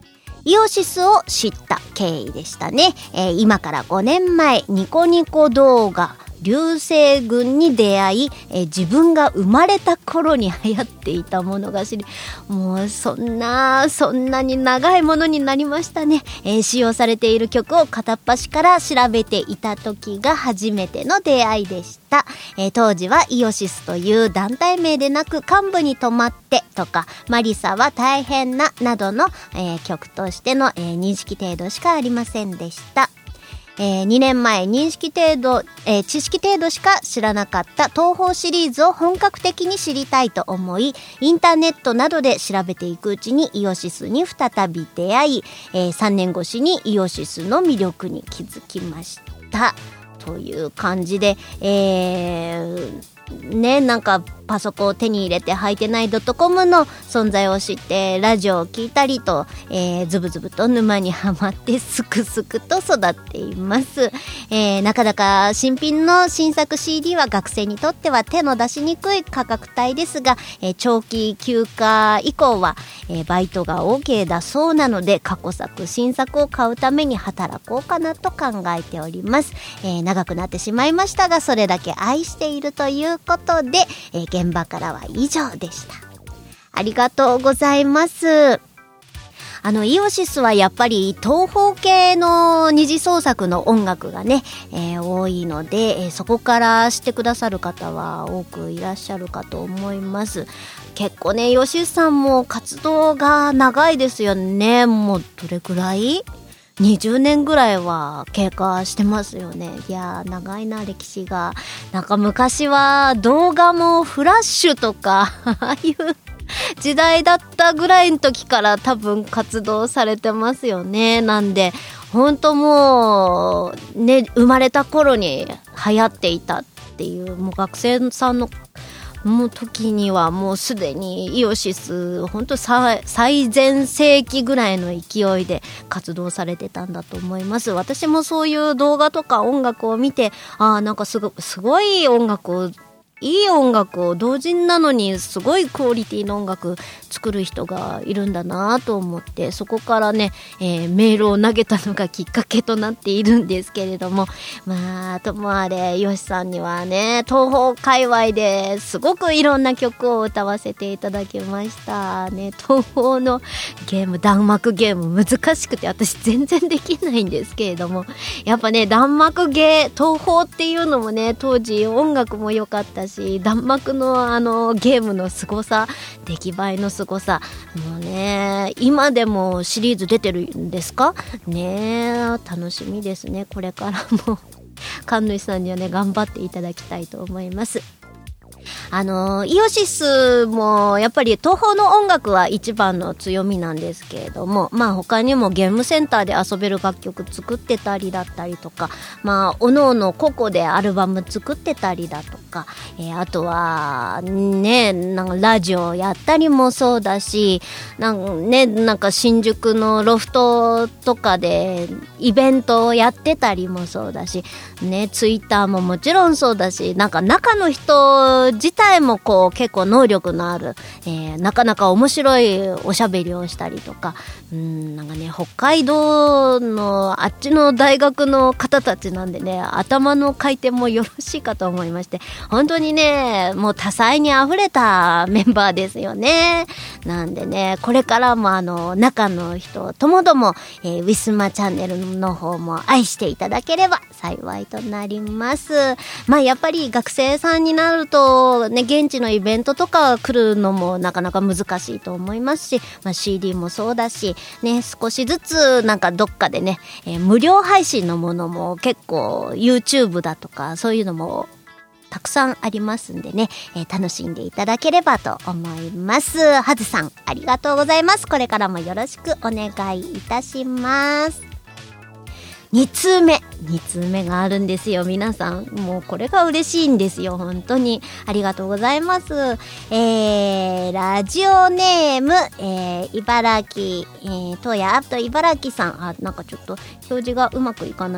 イオシスを知った経緯でしたね。今から5年前、ニコニコ動画流星群に出会い、自分が生まれた頃に流行っていたものが知り、もうそんなに長いものになりましたね。使用されている曲を片っ端から調べていた時が初めての出会いでした。当時はイオシスという団体名でなく、幹部に泊まってとかマリサは大変ななどの、曲としての、認識程度しかありませんでした。2年前知識程度しか知らなかった東宝シリーズを本格的に知りたいと思い、インターネットなどで調べていくうちにイオシスに再び出会い、3年越しにイオシスの魅力に気づきましたという感じで、なんかパソコンを手に入れてはいてない .com の存在を知ってラジオを聞いたりと、ズブズブと沼にはまってすくすくと育っています。なかなか新品の新作 CD は学生にとっては手の出しにくい価格帯ですが、長期休暇以降は、バイトが OK だそうなので、過去作新作を買うために働こうかなと考えております。長くなってしまいましたが、それだけ愛しているということで、現場からは以上でした。ありがとうございます。イオシスはやっぱり東宝系の二次創作の音楽がね、多いので、そこからしてくださる方は多くいらっしゃるかと思います。結構ね、イオシスさんも活動が長いですよね。もうどれくらい？20年ぐらいは経過してますよね。いやー、長いな、歴史が。なんか昔は動画もフラッシュとかああいう時代だったぐらいの時から多分活動されてますよね。なんで本当もうね、生まれた頃に流行っていたっていう、もう学生さんのもう時にはもうすでにイオシス本当最前世紀ぐらいの勢いで活動されてたんだと思います。私もそういう動画とか音楽を見て、なんかすごいいい音楽を同時なのにすごいクオリティの音楽作る人がいるんだなと思って、そこからね、メールを投げたのがきっかけとなっているんですけれども、まあともあれ、ヨシさんにはね、東宝界隈ですごくいろんな曲を歌わせていただきましたね。東宝のゲーム、弾幕ゲーム難しくて私全然できないんですけれども、やっぱね、弾幕東宝っていうのもね、当時音楽も良かったし、弾幕のゲームの凄さ、出来栄えの凄さ、もうね、今でもシリーズ出てるんですかね。楽しみですね。これからも神主さんにはね、頑張っていただきたいと思います。イオシスもやっぱり東宝の音楽は一番の強みなんですけれども、まあ他にもゲームセンターで遊べる楽曲作ってたりだったりとか、まあおのおの個々でアルバム作ってたりだとか、あとはね、なんかラジオやったりもそうだし、なんか新宿のロフトとかでイベントをやってたりもそうだしね、ツイッターももちろんそうだし、なんか中の人自体もこう結構能力のある、なかなか面白いおしゃべりをしたりとか、なんかね、北海道のあっちの大学の方たちなんでね、頭の回転もよろしいかと思いまして、本当にね、もう多彩にあふれたメンバーですよね。なんでね、これからも中の人ともども、ウィスマチャンネルの方も愛していただければ幸いとなります。まあやっぱり学生さんになるとね、現地のイベントとか来るのもなかなか難しいと思いますし、まあ、CD もそうだしね、少しずつなんかどっかでね、無料配信のものも結構 YouTube だとかそういうのもたくさんありますんでね、楽しんでいただければと思います。はずさん、ありがとうございます。これからもよろしくお願いいたします。2通目があるんですよ。皆さん、もうこれが嬉しいんですよ。本当にありがとうございます。ラジオネーム、茨城、東野アット茨城さん。なんかちょっと表示がうまくいかないな。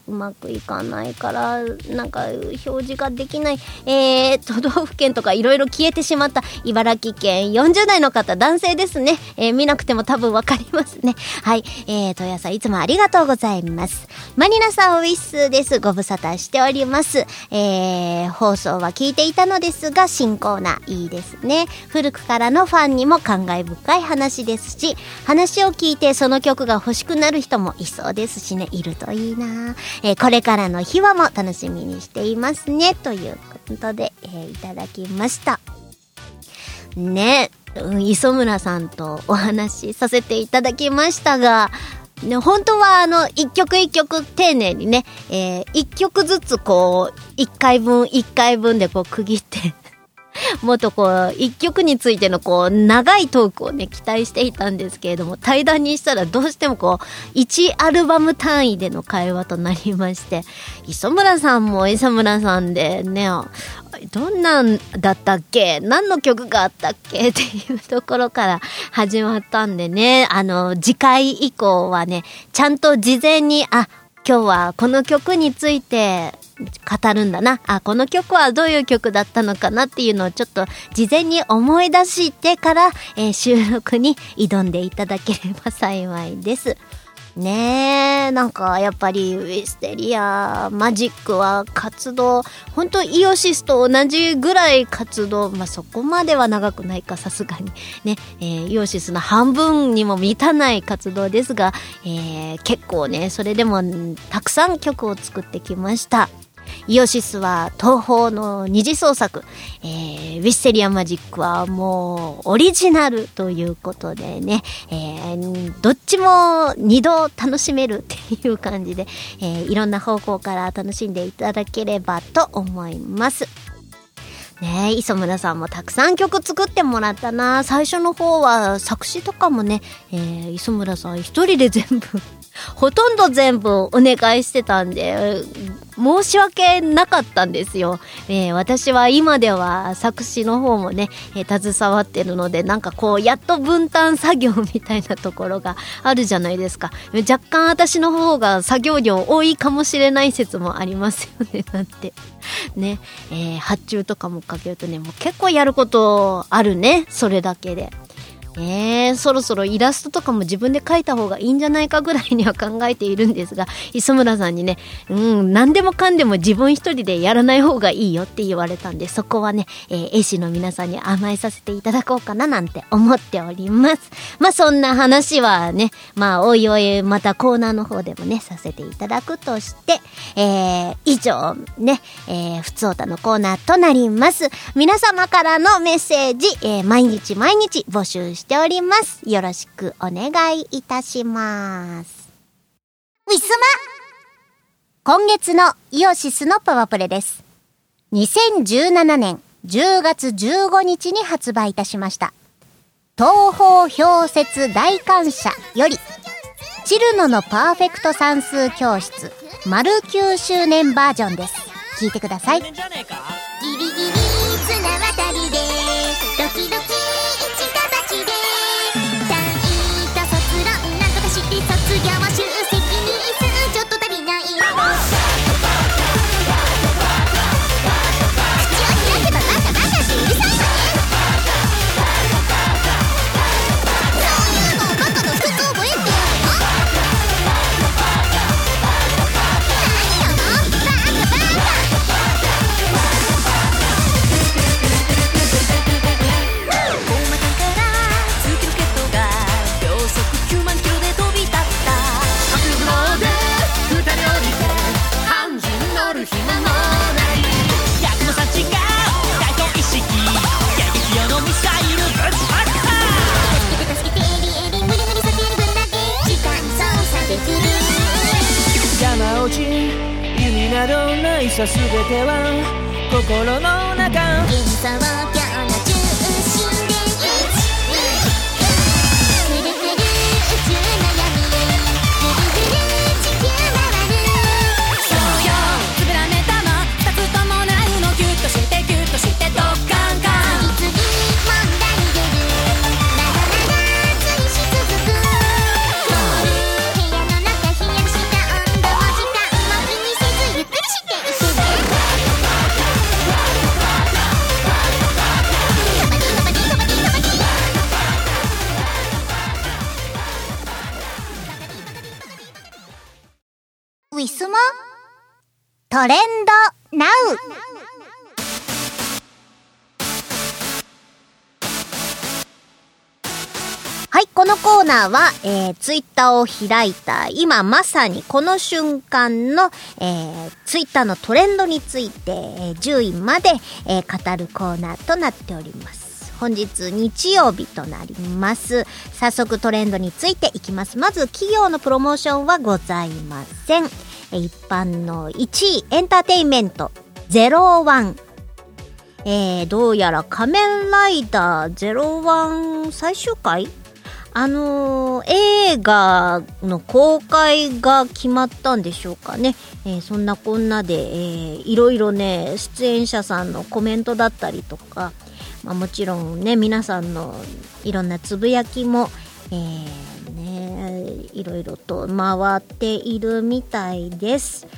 うまくいかないからなんか表示ができない、都道府県とかいろいろ消えてしまった茨城県40代の方、男性ですね。見なくても多分わかりますね。はい、とやさんいつもありがとうございます。マリナさんウィッスです。ご無沙汰しております。放送は聞いていたのですが新コーナーいいですね。古くからのファンにも感慨深い話ですし、話を聞いてその曲が欲しくなる人もいそうですしね。いるといいな。これからの秘話も楽しみにしていますね、ということで、いただきましたね。磯村さんとお話しさせていただきましたがね、本当は一曲一曲丁寧にね、一曲ずつこう一回分でこう区切ってもっとこう一曲についてのこう長いトークをね期待していたんですけれども、対談にしたらどうしてもこう1アルバム単位での会話となりまして、磯村さんも磯村さんでね、どんなんだったっけ、何の曲があったっけっていうところから始まったんでね、次回以降はねちゃんと事前に今日はこの曲について語るんだな、この曲はどういう曲だったのかなっていうのをちょっと事前に思い出してから、収録に挑んでいただければ幸いですね。なんかやっぱりウィステリアマジックは活動本当イオシスと同じぐらい活動、そこまでは長くないかさすがにね、イオシスの半分にも満たない活動ですが、結構ねそれでもたくさん曲を作ってきました。イオシスは東宝の二次創作、ウィステリアマジックはもうオリジナルということでね、どっちも二度楽しめるっていう感じで、いろんな方向から楽しんでいただければと思いますね。磯村さんもたくさん曲作ってもらったな。最初の方は作詞とかもね、磯村さん一人で全部ほとんど全部お願いしてたんで申し訳なかったんですよ。私は今では作詞の方もね、携わってるのでなんかこうやっと分担作業みたいなところがあるじゃないですか。若干私の方が作業量多いかもしれない説もありますよね。なんてね、発注とかもかけるとねもう結構やることあるね、それだけで。そろそろイラストとかも自分で描いた方がいいんじゃないかぐらいには考えているんですが、磯村さんにね、何でもかんでも自分一人でやらない方がいいよって言われたんで、そこはね、絵師の皆さんに甘えさせていただこうかななんて思っております。そんな話はね、おいおいまたコーナーの方でもねさせていただくとして、以上ね、ふつおたのコーナーとなります。皆様からのメッセージ、毎日募集しております。よろしくお願いいたします。ウィスマ、今月のイオシスのパワプレです。2017年10月15日に発売いたしました東方氷雪大感謝よりチルノのパーフェクト算数教室丸9周年バージョンです。聞いてください。ギリギリ綱渡りでドキドキ意味などないさ全ては心の中幻想郷の中心でくるくる宇宙の闇ぐるぐる地球回るそうよつぶらね玉二つともないのギュッとしてギュッとしてドッカンカン次々問題出るならなら追し続く部屋の中冷やした温度も時間も気にはい、このコーナーは、ツイッターを開いた今まさにこの瞬間の、ツイッターのトレンドについて、10位まで、語るコーナーとなっております。本日日曜日となります。早速トレンドについていきます。まず企業のプロモーションはございません。一般の1位エンターテインメント01、どうやら仮面ライダー01最終回、映画の公開が決まったんでしょうかね。そんなこんなで、いろいろね、出演者さんのコメントだったりとか、もちろんね、皆さんのいろんなつぶやきも、いろいろと回っているみたいです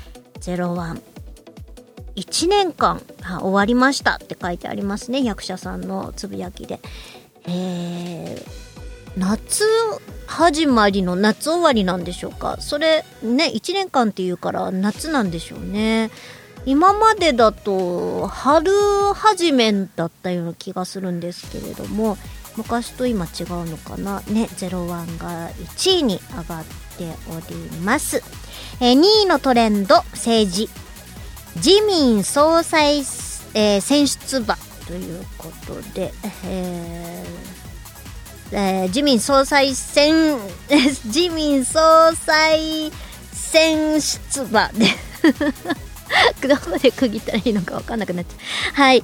。01。1年間終わりましたって書いてありますね、役者さんのつぶやきで。夏始まりの夏終わりなんでしょうか。それね、1年間っていうから夏なんでしょうね。今までだと春始めだったような気がするんですけれども、昔と今違うのかなね。01が1位に上がっております。2位のトレンド、政治。自民総裁、選出馬ということで、自民総裁選自民総裁選出馬でどこで区切ったらいいのか分かんなくなっちゃう。はい、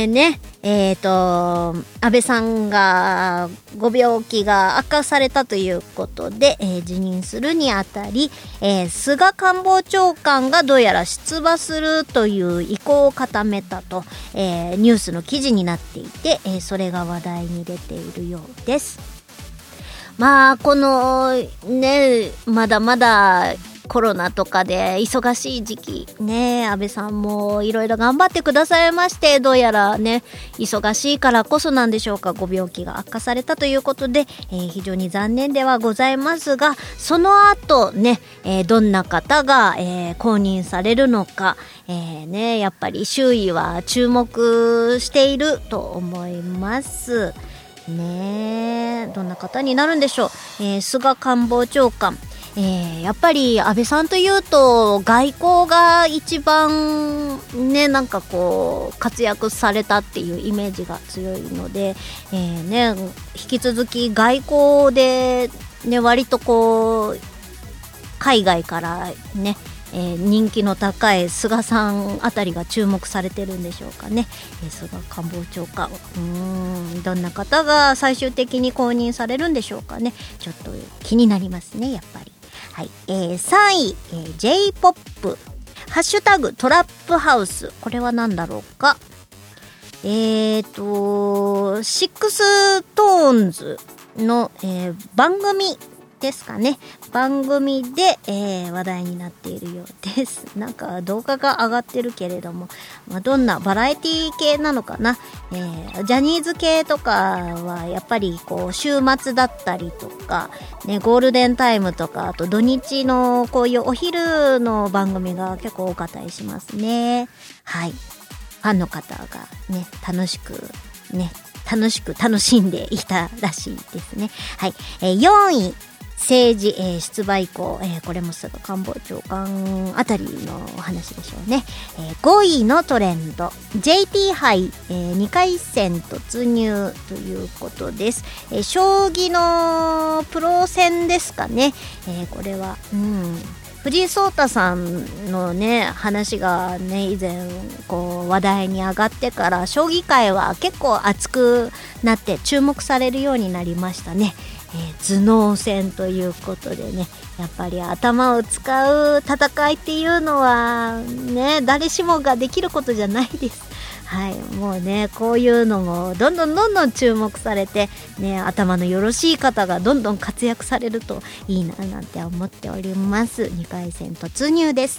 安倍さんがご病気が悪化されたということで、辞任するにあたり、菅官房長官がどうやら出馬するという意向を固めたと、ニュースの記事になっていて、それが話題に出ているようです。このね、まだまだコロナとかで忙しい時期ね、安倍さんもいろいろ頑張ってくださいまして、どうやらね、忙しいからこそなんでしょうか、ご病気が悪化されたということで、非常に残念ではございますが、その後ね、どんな方が、公認されるのか、やっぱり周囲は注目していると思いますね。どんな方になるんでしょう。菅官房長官、やっぱり安倍さんというと外交が一番ね、なんかこう活躍されたっていうイメージが強いので、引き続き外交でね、割とこう海外からね、人気の高い菅さんあたりが注目されてるんでしょうかね。菅官房長官、どんな方が最終的に公認されるんでしょうかね。ちょっと気になりますね、やっぱり。はい、3位、J-POP ハッシュタグトラップハウス、これは何だろうか。シックストーンズの、番組ですかね。番組で、話題になっているようです。なんか動画が上がってるけれども、どんなバラエティ系なのかな。ジャニーズ系とかはやっぱりこう週末だったりとか、ね、ゴールデンタイムとか、あと土日のこういうお昼の番組が結構多かったりしますね。はい。ファンの方がね、楽しく楽しんでいたらしいですね。はい。4位。政治、出馬以降、これも菅官房長官あたりのお話でしょうね。5位のトレンド JT 杯、2回戦突入ということです。将棋のプロ戦ですかね。これは、藤井聡太さんのね話がね以前こう話題に上がってから、将棋界は結構熱くなって注目されるようになりましたね。頭脳戦ということでね、やっぱり頭を使う戦いっていうのはね、誰しもができることじゃないです。はい、もうね、こういうのもどんどん注目されてね、頭のよろしい方がどんどん活躍されるといいななんて思っております。2回戦突入です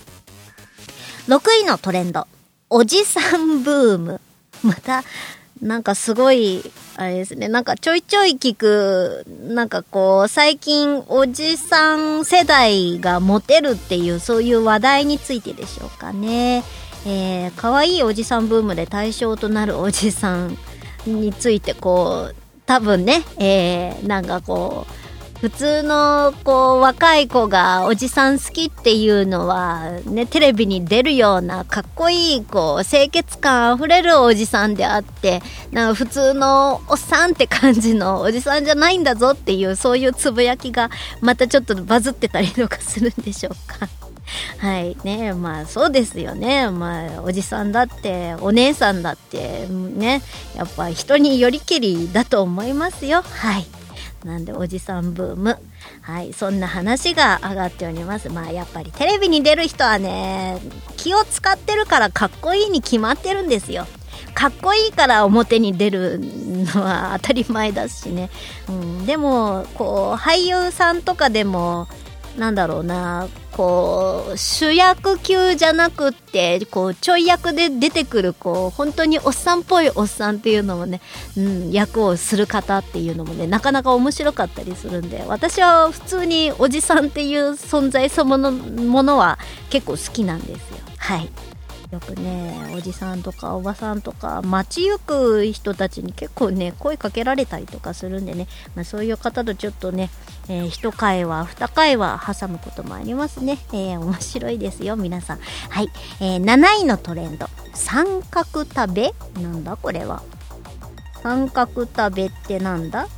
。6位のトレンド、おじさんブーム。またなんかすごいあれですね、なんかちょいちょい聞く、なんかこう最近おじさん世代がモテるっていうそういう話題についてでしょうかね。可愛いおじさんブームで対象となるおじさんについてこう多分ね、なんかこう普通のこう若い子がおじさん好きっていうのはね、テレビに出るようなかっこいいこう清潔感あふれるおじさんであって、なんか普通のおっさんって感じのおじさんじゃないんだぞっていう、そういうつぶやきがまたちょっとバズってたりとかするんでしょうか。はいね、まあそうですよね。まあおじさんだってお姉さんだってね、やっぱ人によりけりだと思いますよ。はい、なんでおじさんブーム、はい、そんな話が上がっております。まあやっぱりテレビに出る人はね、気を使ってるからかっこいいに決まってるんですよ。かっこいいから表に出るのは当たり前だしね、でもこう俳優さんとかでもなんだろうな、こう主役級じゃなくってこうちょい役で出てくるこう本当におっさんっぽいおっさんっていうのもね、役をする方っていうのもね、なかなか面白かったりするんで、私は普通におじさんっていう存在そのものは結構好きなんですよ。はい、よくねおじさんとかおばさんとか街行く人たちに結構ね声かけられたりとかするんでね、そういう方とちょっとね、一会話二会話挟むこともありますね。面白いですよ皆さん。はい、7位のトレンド、三角食べ、なんだこれは。三角食べってなんだ。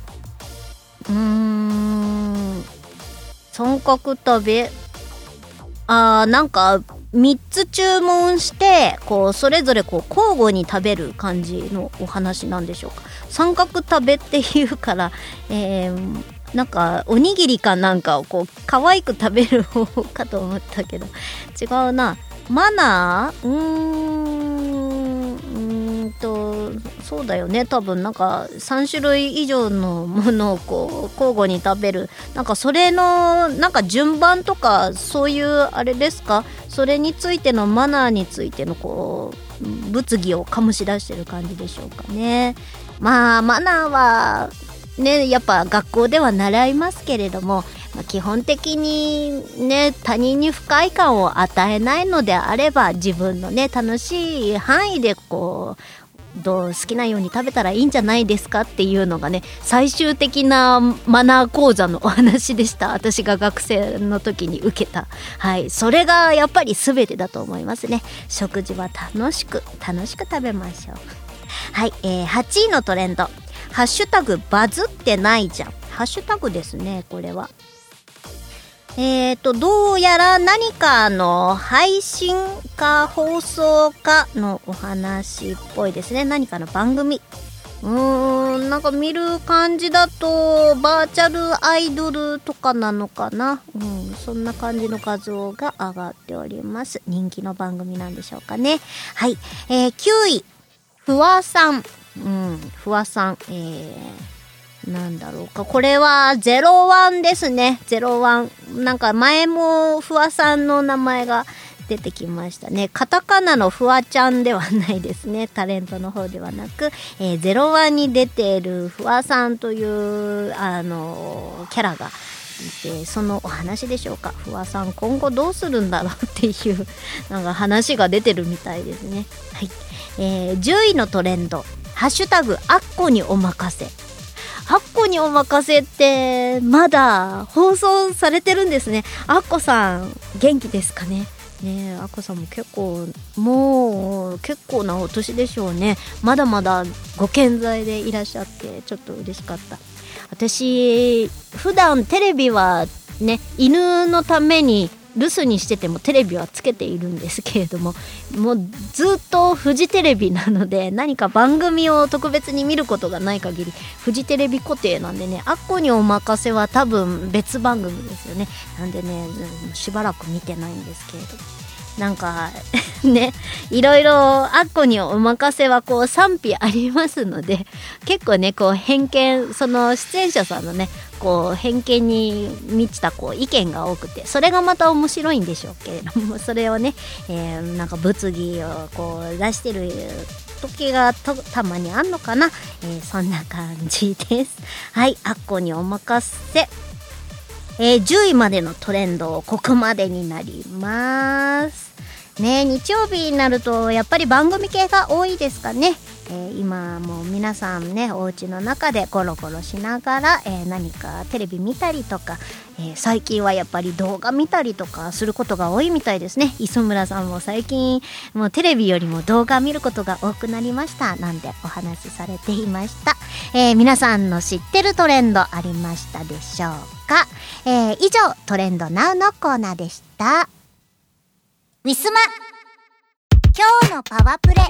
三角食べ、なんか3つ注文してこうそれぞれこう交互に食べる感じのお話なんでしょうか。三角食べっていうから、なんかおにぎりかなんかをこう可愛く食べる方法かと思ったけど違うな。マナーそうだよね、多分なんか3種類以上のものをこう交互に食べる、なんかそれのなんか順番とかそういうあれですか、それについてのマナーについてのこう物議を醸し出してる感じでしょうかね。まあマナーはねやっぱ学校では習いますけれども、基本的にね他人に不快感を与えないのであれば自分のね楽しい範囲でこう好きなように食べたらいいんじゃないですかっていうのがね最終的なマナー講座のお話でした。私が学生の時に受けた、はい、それがやっぱり全てだと思いますね。食事は楽しく食べましょう。はい、8位のトレンド、ハッシュタグバズってないじゃん。ハッシュタグですねこれは。どうやら何かの配信か放送かのお話っぽいですね。何かの番組。なんか見る感じだとバーチャルアイドルとかなのかな。そんな感じの画像が上がっております。人気の番組なんでしょうかね。はい、9位ふわさん。ふわさん、なんだろうか、これは01ですね。01、なんか前もふわさんの名前が出てきましたね。カタカナのふわちゃんではないですね、タレントの方ではなく、01に出ているふわさんというキャラがいて、そのお話でしょうか。ふわさん今後どうするんだろうっていうなんか話が出てるみたいですね。はい、10位のトレンド、ハッシュタグアッコにおまかせ。アッコにおまかせってまだ放送されてるんですね。アッコさん元気ですかね。ねえ、アッコさんももう結構なお年でしょうね。まだまだご健在でいらっしゃってちょっと嬉しかった。私普段テレビはね犬のために留守にしててもテレビはつけているんですけれども、もうずっとフジテレビなので何か番組を特別に見ることがない限りフジテレビ固定なんでね、アッコにおまかせは多分別番組ですよね。なんでねしばらく見てないんですけれど、なんかねいろいろアッコにおまかせはこう賛否ありますので、結構ねこう偏見、その出演者さんのねこう偏見に満ちたこう意見が多くて、それがまた面白いんでしょうけれども、それをね、なんか物議をこう出してる時がたまにあんのかな、そんな感じです。はい、アッコにおまかせ、10位までのトレンドここまでになりますね。日曜日になるとやっぱり番組系が多いですかね。 今もう皆さんねお家の中でゴロゴロしながら、何かテレビ見たりとか、最近はやっぱり動画見たりとかすることが多いみたいですね。磯村さんも最近もうテレビよりも動画見ることが多くなりましたなんてお話しされていました。皆さんの知ってるトレンドありましたでしょうか。以上トレンドナウのコーナーでした。ウィスマ今日のパワプレ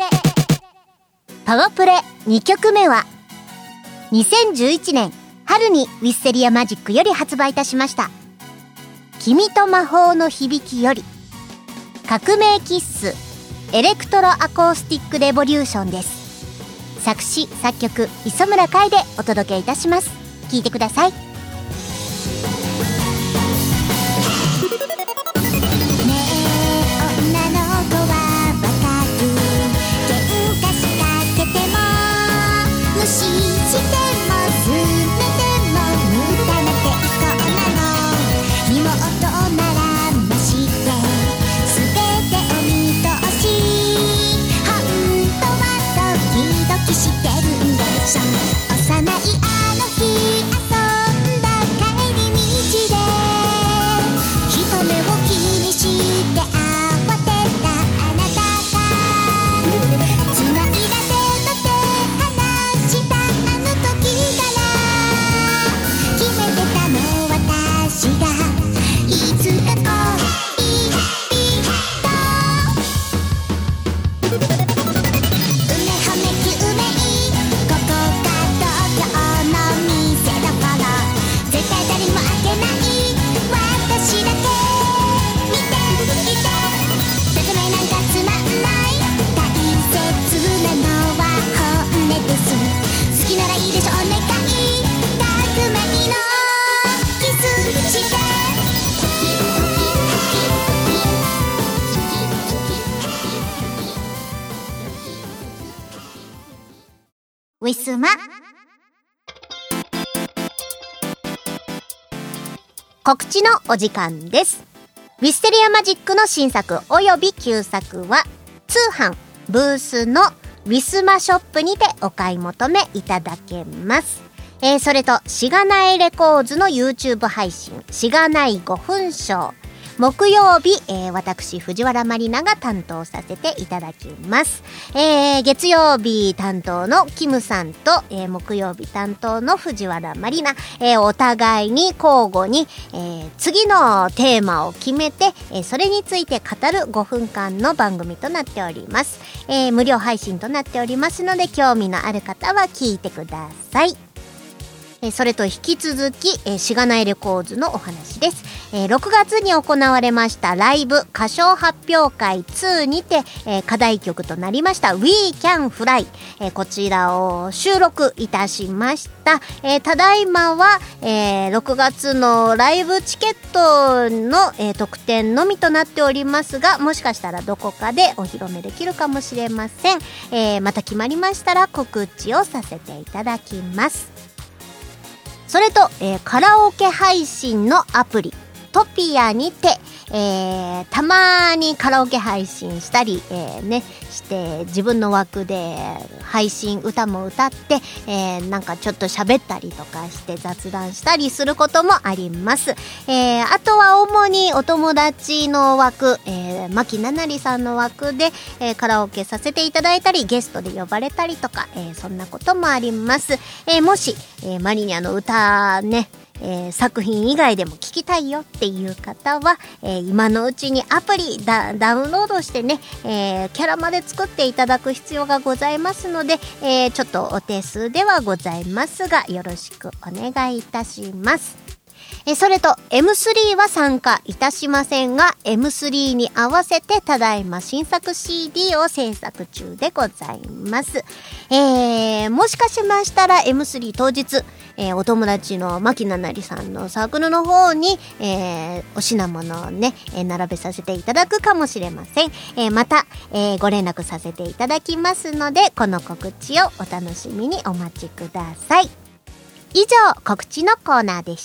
2曲目は2011年春にウィッセリアマジックより発売いたしました君と魔法の響きより革命キッスエレクトロアコースティックレボリューションです。作詞作曲磯村海でお届けいたします。聴いてください。 無視してもすべても無駄な抵抗なの妹ならましてすべてを見通し本当はドキドキしてるんでしょ。幼いあの日遊んだ帰り道で人目を気にして慌てたあなたがつないだウィスマ告知のお時間です。ウィステリアマジックの新作および旧作は通販ブースのウィスマショップにてお買い求めいただけます。それとしがないレコーズの YouTube 配信しがない5分ショー木曜日、私藤原まりなが担当させていただきます。月曜日担当のキムさんと、木曜日担当の藤原まりな、お互いに交互に、次のテーマを決めて、それについて語る5分間の番組となっております。無料配信となっておりますので興味のある方は聞いてください。それと引き続き、しがないレコーズのお話です。6月に行われましたライブ歌唱発表会2にて、課題曲となりました We Can Fly、こちらを収録いたしました。ただいまは、6月のライブチケットの、特典のみとなっておりますが、もしかしたらどこかでお披露目できるかもしれません。また決まりましたら告知をさせていただきます。それと、カラオケ配信のアプリトピアにて、たまにカラオケ配信したり、して自分の枠で配信歌も歌って、なんかちょっと喋ったりとかして雑談したりすることもあります。あとは主にお友達の枠、牧ななりさんの枠で、カラオケさせていただいたりゲストで呼ばれたりとか、そんなこともあります。もし、マリニャの歌ね作品以外でも聞きたいよっていう方は、今のうちにアプリダウンロードしてね、キャラまで作っていただく必要がございますので、ちょっとお手数ではございますがよろしくお願いいたします。それと M3 は参加いたしませんが M3 に合わせてただいま新作 CD を制作中でございます。もしかしましたら M3 当日、お友達の牧ななりさんのサークルの方に、お品物をね、並べさせていただくかもしれません。また、ご連絡させていただきますのでこの告知をお楽しみにお待ちください。以上告知のコーナーでした。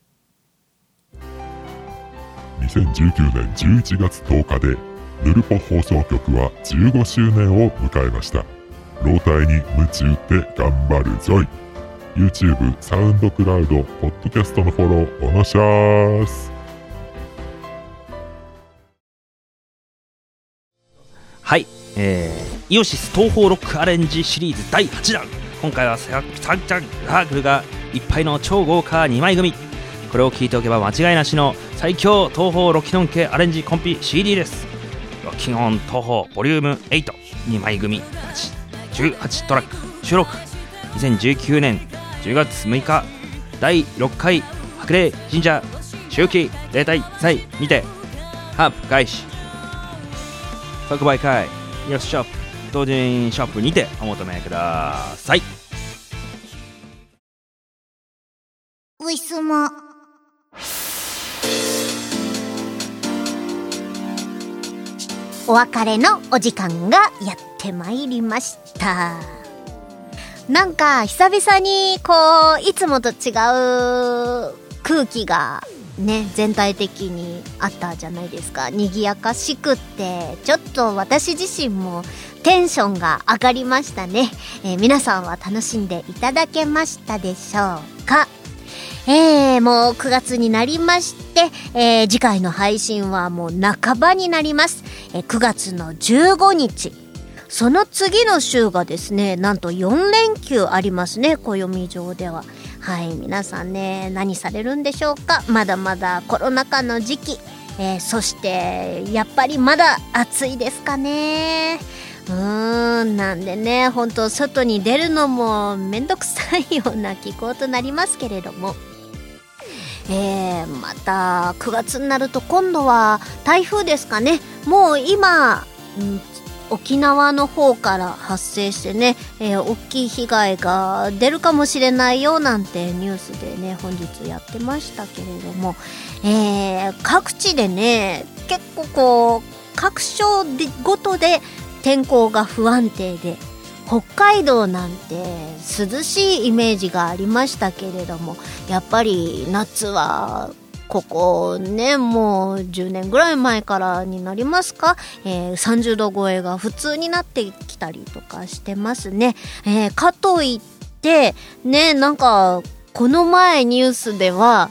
2019年11月10日でヌルポ放送局は15周年を迎えました。 老体に夢中って頑張るぞい。 YouTube、サウンドクラウド、ポッドキャストのフォローおのしゃーす。 はい、イオシス東方ロックアレンジシリーズ第8弾。今回はサンチャンラークルがいっぱいの超豪華2枚組。これを聴いておけば間違いなしの最強東方ロキノン系アレンジコンピ CD です。ロキノン東方ボリューム8、2枚組18トラック収録。2019年10月6日第6回白麗神社秋季例大祭にてハープ開始。即売会イオシスショップ同人ショップにてお求めください。 ウィスマお別れのお時間がやってまいりました。なんか久々にこういつもと違う空気がね全体的にあったじゃないですか。賑やかしくってちょっと私自身もテンションが上がりましたね。皆さんは楽しんでいただけましたでしょうか。もう9月になりまして、次回の配信はもう半ばになります。9月の15日。その次の週がですね、なんと4連休ありますね、暦上では。はい、皆さんね、何されるんでしょうか。まだまだコロナ禍の時期。そして、やっぱりまだ暑いですかね。なんでね、本当外に出るのもめんどくさいような気候となりますけれども。また9月になると今度は台風ですかね。もう今、沖縄の方から発生してね、大きい被害が出るかもしれないよなんてニュースでね本日やってましたけれども、各地でね結構こう各所ごとで天候が不安定で、北海道なんて涼しいイメージがありましたけれども、やっぱり夏はここねもう10年ぐらい前からになりますか、30度超えが普通になってきたりとかしてますね。かといってね、なんかこの前ニュースでは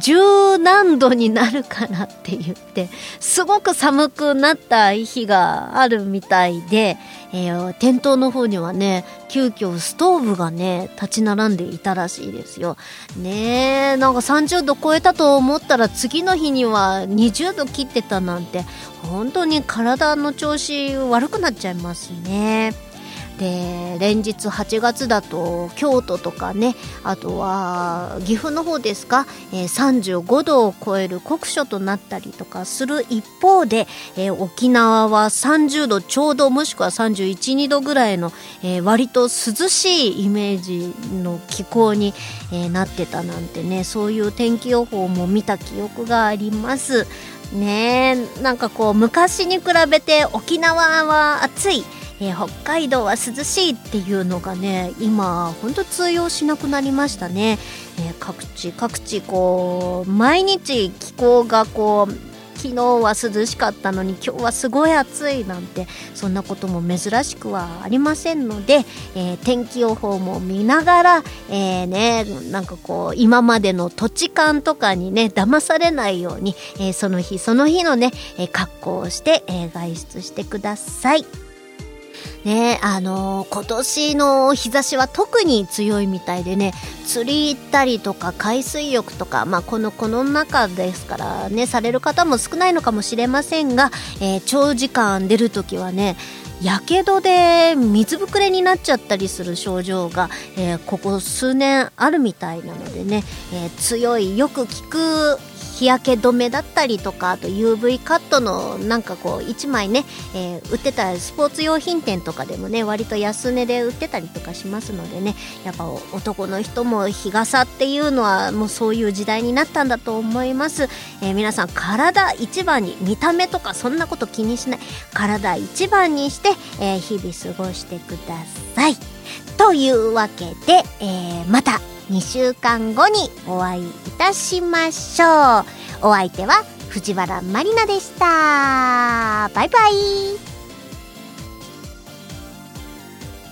10何度になるからって言ってすごく寒くなった日があるみたいで、店頭の方にはね急遽ストーブがね立ち並んでいたらしいですよね。なんか30度超えたと思ったら次の日には20度切ってたなんて、本当に体の調子悪くなっちゃいますね。で連日8月だと京都とかね、あとは岐阜の方ですか、35度を超える酷暑となったりとかする一方で、沖縄は30度ちょうどもしくは31、2度ぐらいの、割と涼しいイメージの気候に、なってたなんてね、そういう天気予報も見た記憶がありますね。なんかこう昔に比べて沖縄は暑い、北海道は涼しいっていうのがね今ほんと通用しなくなりましたね。各地こう毎日気候がこう昨日は涼しかったのに今日はすごい暑いなんて、そんなことも珍しくはありませんので、天気予報も見ながら、なんかこう今までの土地勘とかにね騙されないように、その日その日のね、格好をして、外出してくださいね。今年の日差しは特に強いみたいでね、釣り行ったりとか海水浴とか、この中ですからねされる方も少ないのかもしれませんが、長時間出るときはねやけどで水ぶくれになっちゃったりする症状が、ここ数年あるみたいなのでね、強いよく効く日焼け止めだったりとか、あと UV カットのなんかこう1枚ね、売ってたスポーツ用品店とかでもね割と安値で売ってたりとかしますのでね、やっぱ男の人も日傘っていうのはもうそういう時代になったんだと思います。皆さん体一番に、見た目とかそんなこと気にしない、体一番にして、日々過ごしてくださいというわけで、また2週間後にお会いいたしましょう。お相手は藤原まりなでした。バイバイ。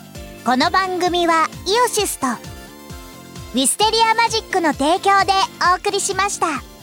この番組はイオシスとウィステリアマジックの提供でお送りしました。